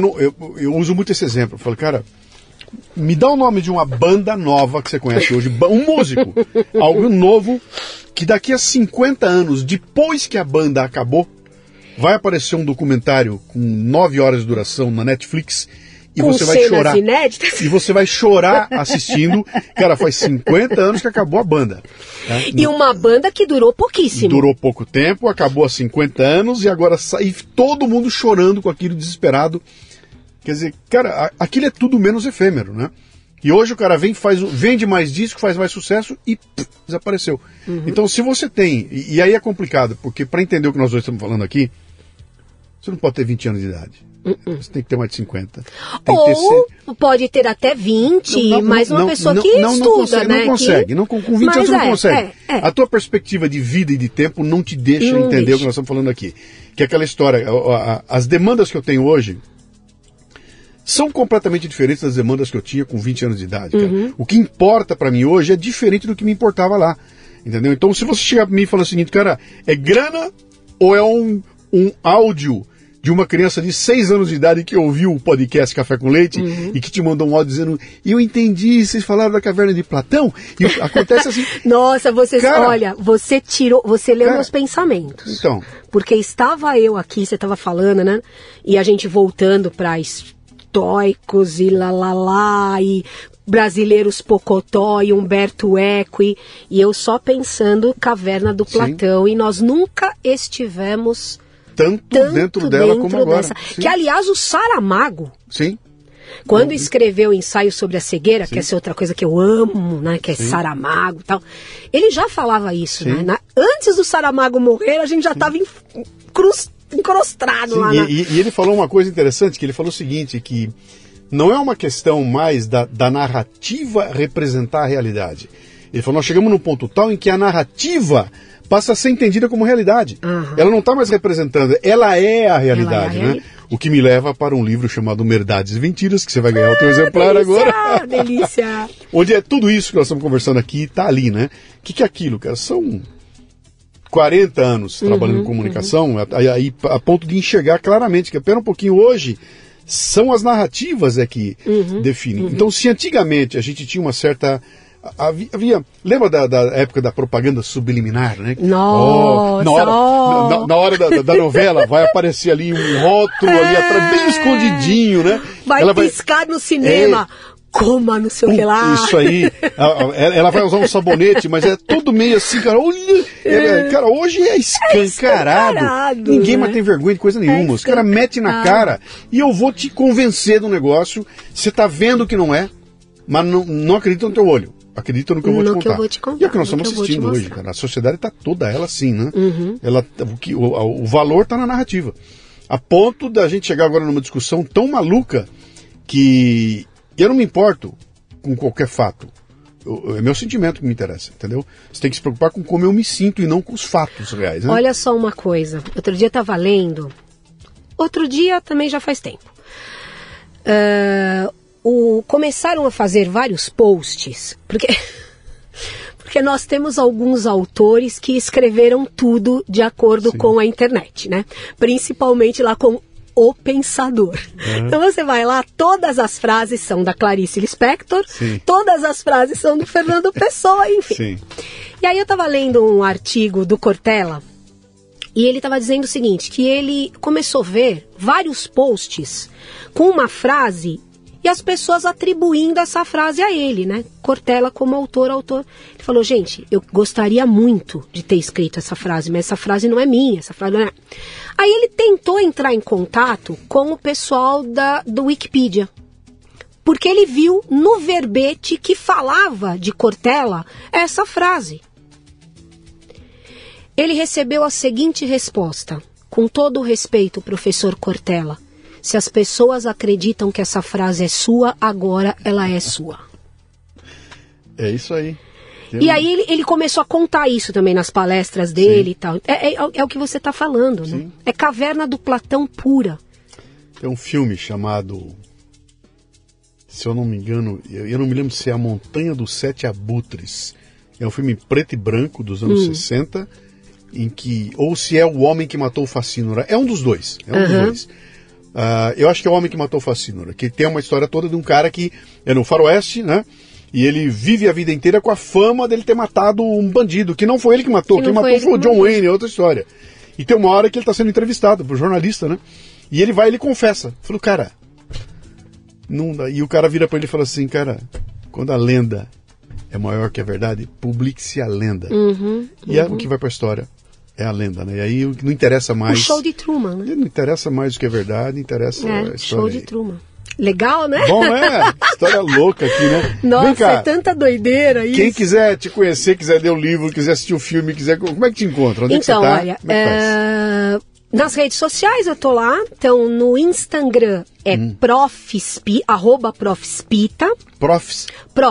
eu uso muito esse exemplo. Eu falo, cara, me dá o nome de uma banda nova que você conhece hoje, um músico, algo novo, que daqui a 50 anos, depois que a banda acabou, vai aparecer um documentário com 9 horas de duração na Netflix e com você vai chorar. Inéditas. E você vai chorar assistindo. Cara, faz 50 anos que acabou a banda. Né? E uma banda que durou pouquíssimo. Durou pouco tempo, acabou há 50 anos e agora sai todo mundo chorando com aquilo desesperado. Quer dizer, cara, aquilo é tudo menos efêmero, né? E hoje o cara vende mais disco, faz mais sucesso e desapareceu. Então, se você tem... E aí é complicado, porque para entender o que nós dois estamos falando aqui, você não pode ter 20 anos de idade. Você tem que ter mais de 50. Ou pode ter até 20, mas uma pessoa que estuda, né? Não consegue. Com 20 anos você não consegue. A tua perspectiva de vida e de tempo não te deixa entender o que nós estamos falando aqui. Que é aquela história... As demandas que eu tenho hoje são completamente diferentes das demandas que eu tinha com 20 anos de idade. Cara. O que importa para mim hoje é diferente do que me importava lá. Entendeu? Então, se você chegar para mim e falar o seguinte, cara, é grana ou é um áudio de uma criança de 6 anos de idade que ouviu o podcast Café com Leite e que te mandou um áudio dizendo, eu entendi, vocês falaram da caverna de Platão, e acontece assim... Nossa, olha, você leu meus pensamentos. Então. Porque estava eu aqui, você estava falando, né? E a gente voltando para estoicos e e brasileiros Pocotó e Humberto Eco, e eu só pensando Caverna do Platão, e nós nunca estivemos tanto dentro dela como agora. Que, aliás, o Saramago, quando escreveu o Ensaio sobre a Cegueira, que essa é outra coisa que eu amo, né, que é Saramago e tal, ele já falava isso, né? Antes do Saramago morrer, a gente já estava encrostado lá. E ele falou uma coisa interessante, que ele falou o seguinte, que não é uma questão mais da narrativa representar a realidade. Ele falou, nós chegamos num ponto tal em que a narrativa passa a ser entendida como realidade. Uhum. Ela não está mais representando, ela é a realidade, Ela é a né? O que me leva para um livro chamado Verdades e Mentiras, que você vai ganhar o teu exemplar delícia, agora. Delícia! Onde é tudo isso que nós estamos conversando aqui, está ali, né? O que é aquilo, cara? São 40 anos trabalhando em comunicação, aí, a ponto de enxergar claramente que apenas um pouquinho hoje são as narrativas que definem. Então, se antigamente a gente tinha uma certa... lembra da época da propaganda subliminar, né? Nossa! Na hora da novela vai aparecer ali um rótulo ali atrás, bem escondidinho, né? Vai piscar no cinema. Coma não sei o que lá. Isso aí. Ela vai usar um sabonete, mas é todo meio assim, cara. Olha, cara, hoje é escancarado. Ninguém mais tem vergonha de coisa nenhuma. Os caras metem na cara e eu vou te convencer do negócio. Você tá vendo que não é, mas não acredita no teu olho. Acredita no que eu vou te contar. E é o que nós estamos assistindo hoje, cara. A sociedade está toda ela assim, né? O valor está na narrativa. A ponto da gente chegar agora numa discussão tão maluca que eu não me importo com qualquer fato. É meu sentimento que me interessa, entendeu? Você tem que se preocupar com como eu me sinto e não com os fatos reais, né? Olha só uma coisa. Outro dia eu estava lendo. Outro dia também já faz tempo. Começaram a fazer vários posts, porque nós temos alguns autores que escreveram tudo de acordo com a internet, né? Principalmente lá com O Pensador. Então você vai lá, todas as frases são da Clarice Lispector, todas as frases são do Fernando Pessoa, enfim. Sim. E aí eu estava lendo um artigo do Cortella, e ele estava dizendo o seguinte, que ele começou a ver vários posts com uma frase e as pessoas atribuindo essa frase a ele, né? Cortella como autor. Ele falou, gente, eu gostaria muito de ter escrito essa frase, mas essa frase não é minha, essa frase não é... Aí ele tentou entrar em contato com o pessoal do Wikipedia, porque ele viu no verbete que falava de Cortella essa frase. Ele recebeu a seguinte resposta, com todo o respeito, professor Cortella. Se as pessoas acreditam que essa frase é sua, agora ela é sua. É isso aí. E aí ele começou a contar isso também nas palestras dele e tal. É o que você está falando, né? É Caverna do Platão pura. Tem um filme chamado, se eu não me engano, eu não me lembro se é A Montanha dos Sete Abutres. É um filme em preto e branco dos anos 60, em que, ou se é O Homem que Matou o Facínora. É um dos dois. Dos dois. Eu acho que é O Homem que Matou o Facínora, que tem uma história toda de um cara que é no faroeste, né? E ele vive a vida inteira com a fama dele ter matado um bandido, que não foi ele que matou, quem matou foi o John Wayne, é outra história. E tem uma hora que ele está sendo entrevistado por jornalista, né? E ele vai e ele confessa. Falou, cara, não dá. E o cara vira para ele e fala assim, cara, quando a lenda é maior que a verdade, publique-se a lenda. E o que vai para a história é a lenda, né? E aí não interessa mais... O show de Truman, né? Não interessa mais o que é verdade, interessa a história. Show de Truman. Legal, né? Bom, né? História louca aqui, né? Nossa, vem cá, é tanta doideira isso. Quem quiser te conhecer, quiser ler o livro, quiser assistir o filme, como é que te encontra? Onde então, é que você tá? Olha, nas redes sociais eu tô lá. Então, no Instagram é @profspita. Profs.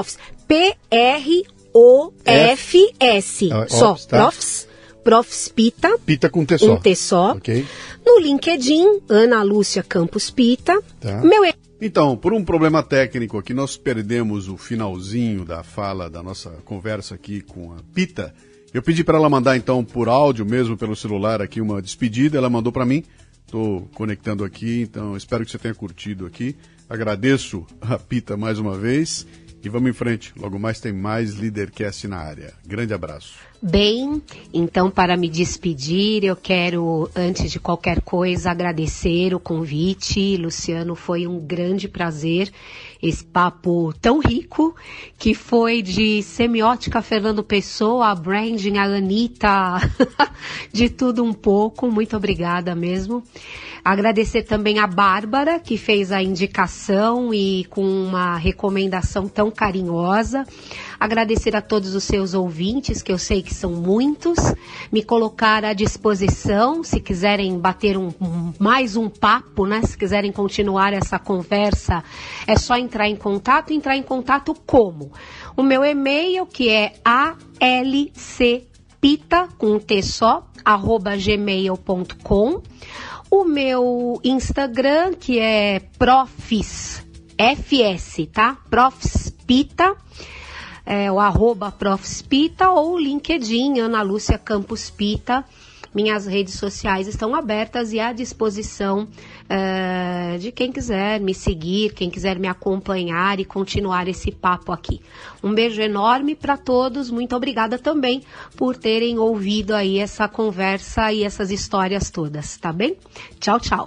P-R-O-F-S. Só, Profspita. Pita com T só. Um T só. Ok. No LinkedIn, Ana Lúcia Campos Pita. Tá. Meu Então, por um problema técnico aqui, nós perdemos o finalzinho da fala da nossa conversa aqui com a Pita. Eu pedi para ela mandar, então, por áudio mesmo, pelo celular aqui, uma despedida. Ela mandou para mim. Estou conectando aqui, então espero que você tenha curtido aqui. Agradeço a Pita mais uma vez. E vamos em frente. Logo mais tem mais Leadercast na área. Grande abraço. Bem, então para me despedir, eu quero, antes de qualquer coisa, agradecer o convite. Luciano, foi um grande prazer esse papo tão rico, que foi de semiótica Fernando Pessoa, a branding, a Anitta, de tudo um pouco. Muito obrigada mesmo. Agradecer também a Bárbara, que fez a indicação e com uma recomendação tão carinhosa. Agradecer a todos os seus ouvintes, que eu sei que são muitos. Me colocar à disposição, se quiserem bater mais um papo, né? Se quiserem continuar essa conversa, é só entrar em contato. Entrar em contato como? O meu e-mail, que é profspita, com um T só, @gmail.com. O meu Instagram, que é profs, FS, tá? Profspita, o @profspita, ou o LinkedIn, Ana Lúcia Campos Pita. Minhas redes sociais estão abertas e à disposição de quem quiser me seguir, quem quiser me acompanhar e continuar esse papo aqui. Um beijo enorme para todos, muito obrigada também por terem ouvido aí essa conversa e essas histórias todas, tá bem? Tchau, tchau.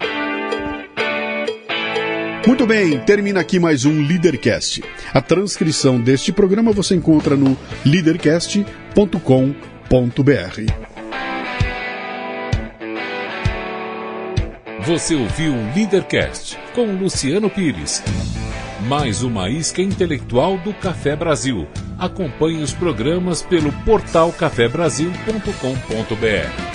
Muito bem, termina aqui mais um Leadercast. A transcrição deste programa você encontra no leadercast.com.br. Você ouviu o Leadercast com Luciano Pires. Mais uma isca intelectual do Café Brasil. Acompanhe os programas pelo portal cafebrasil.com.br.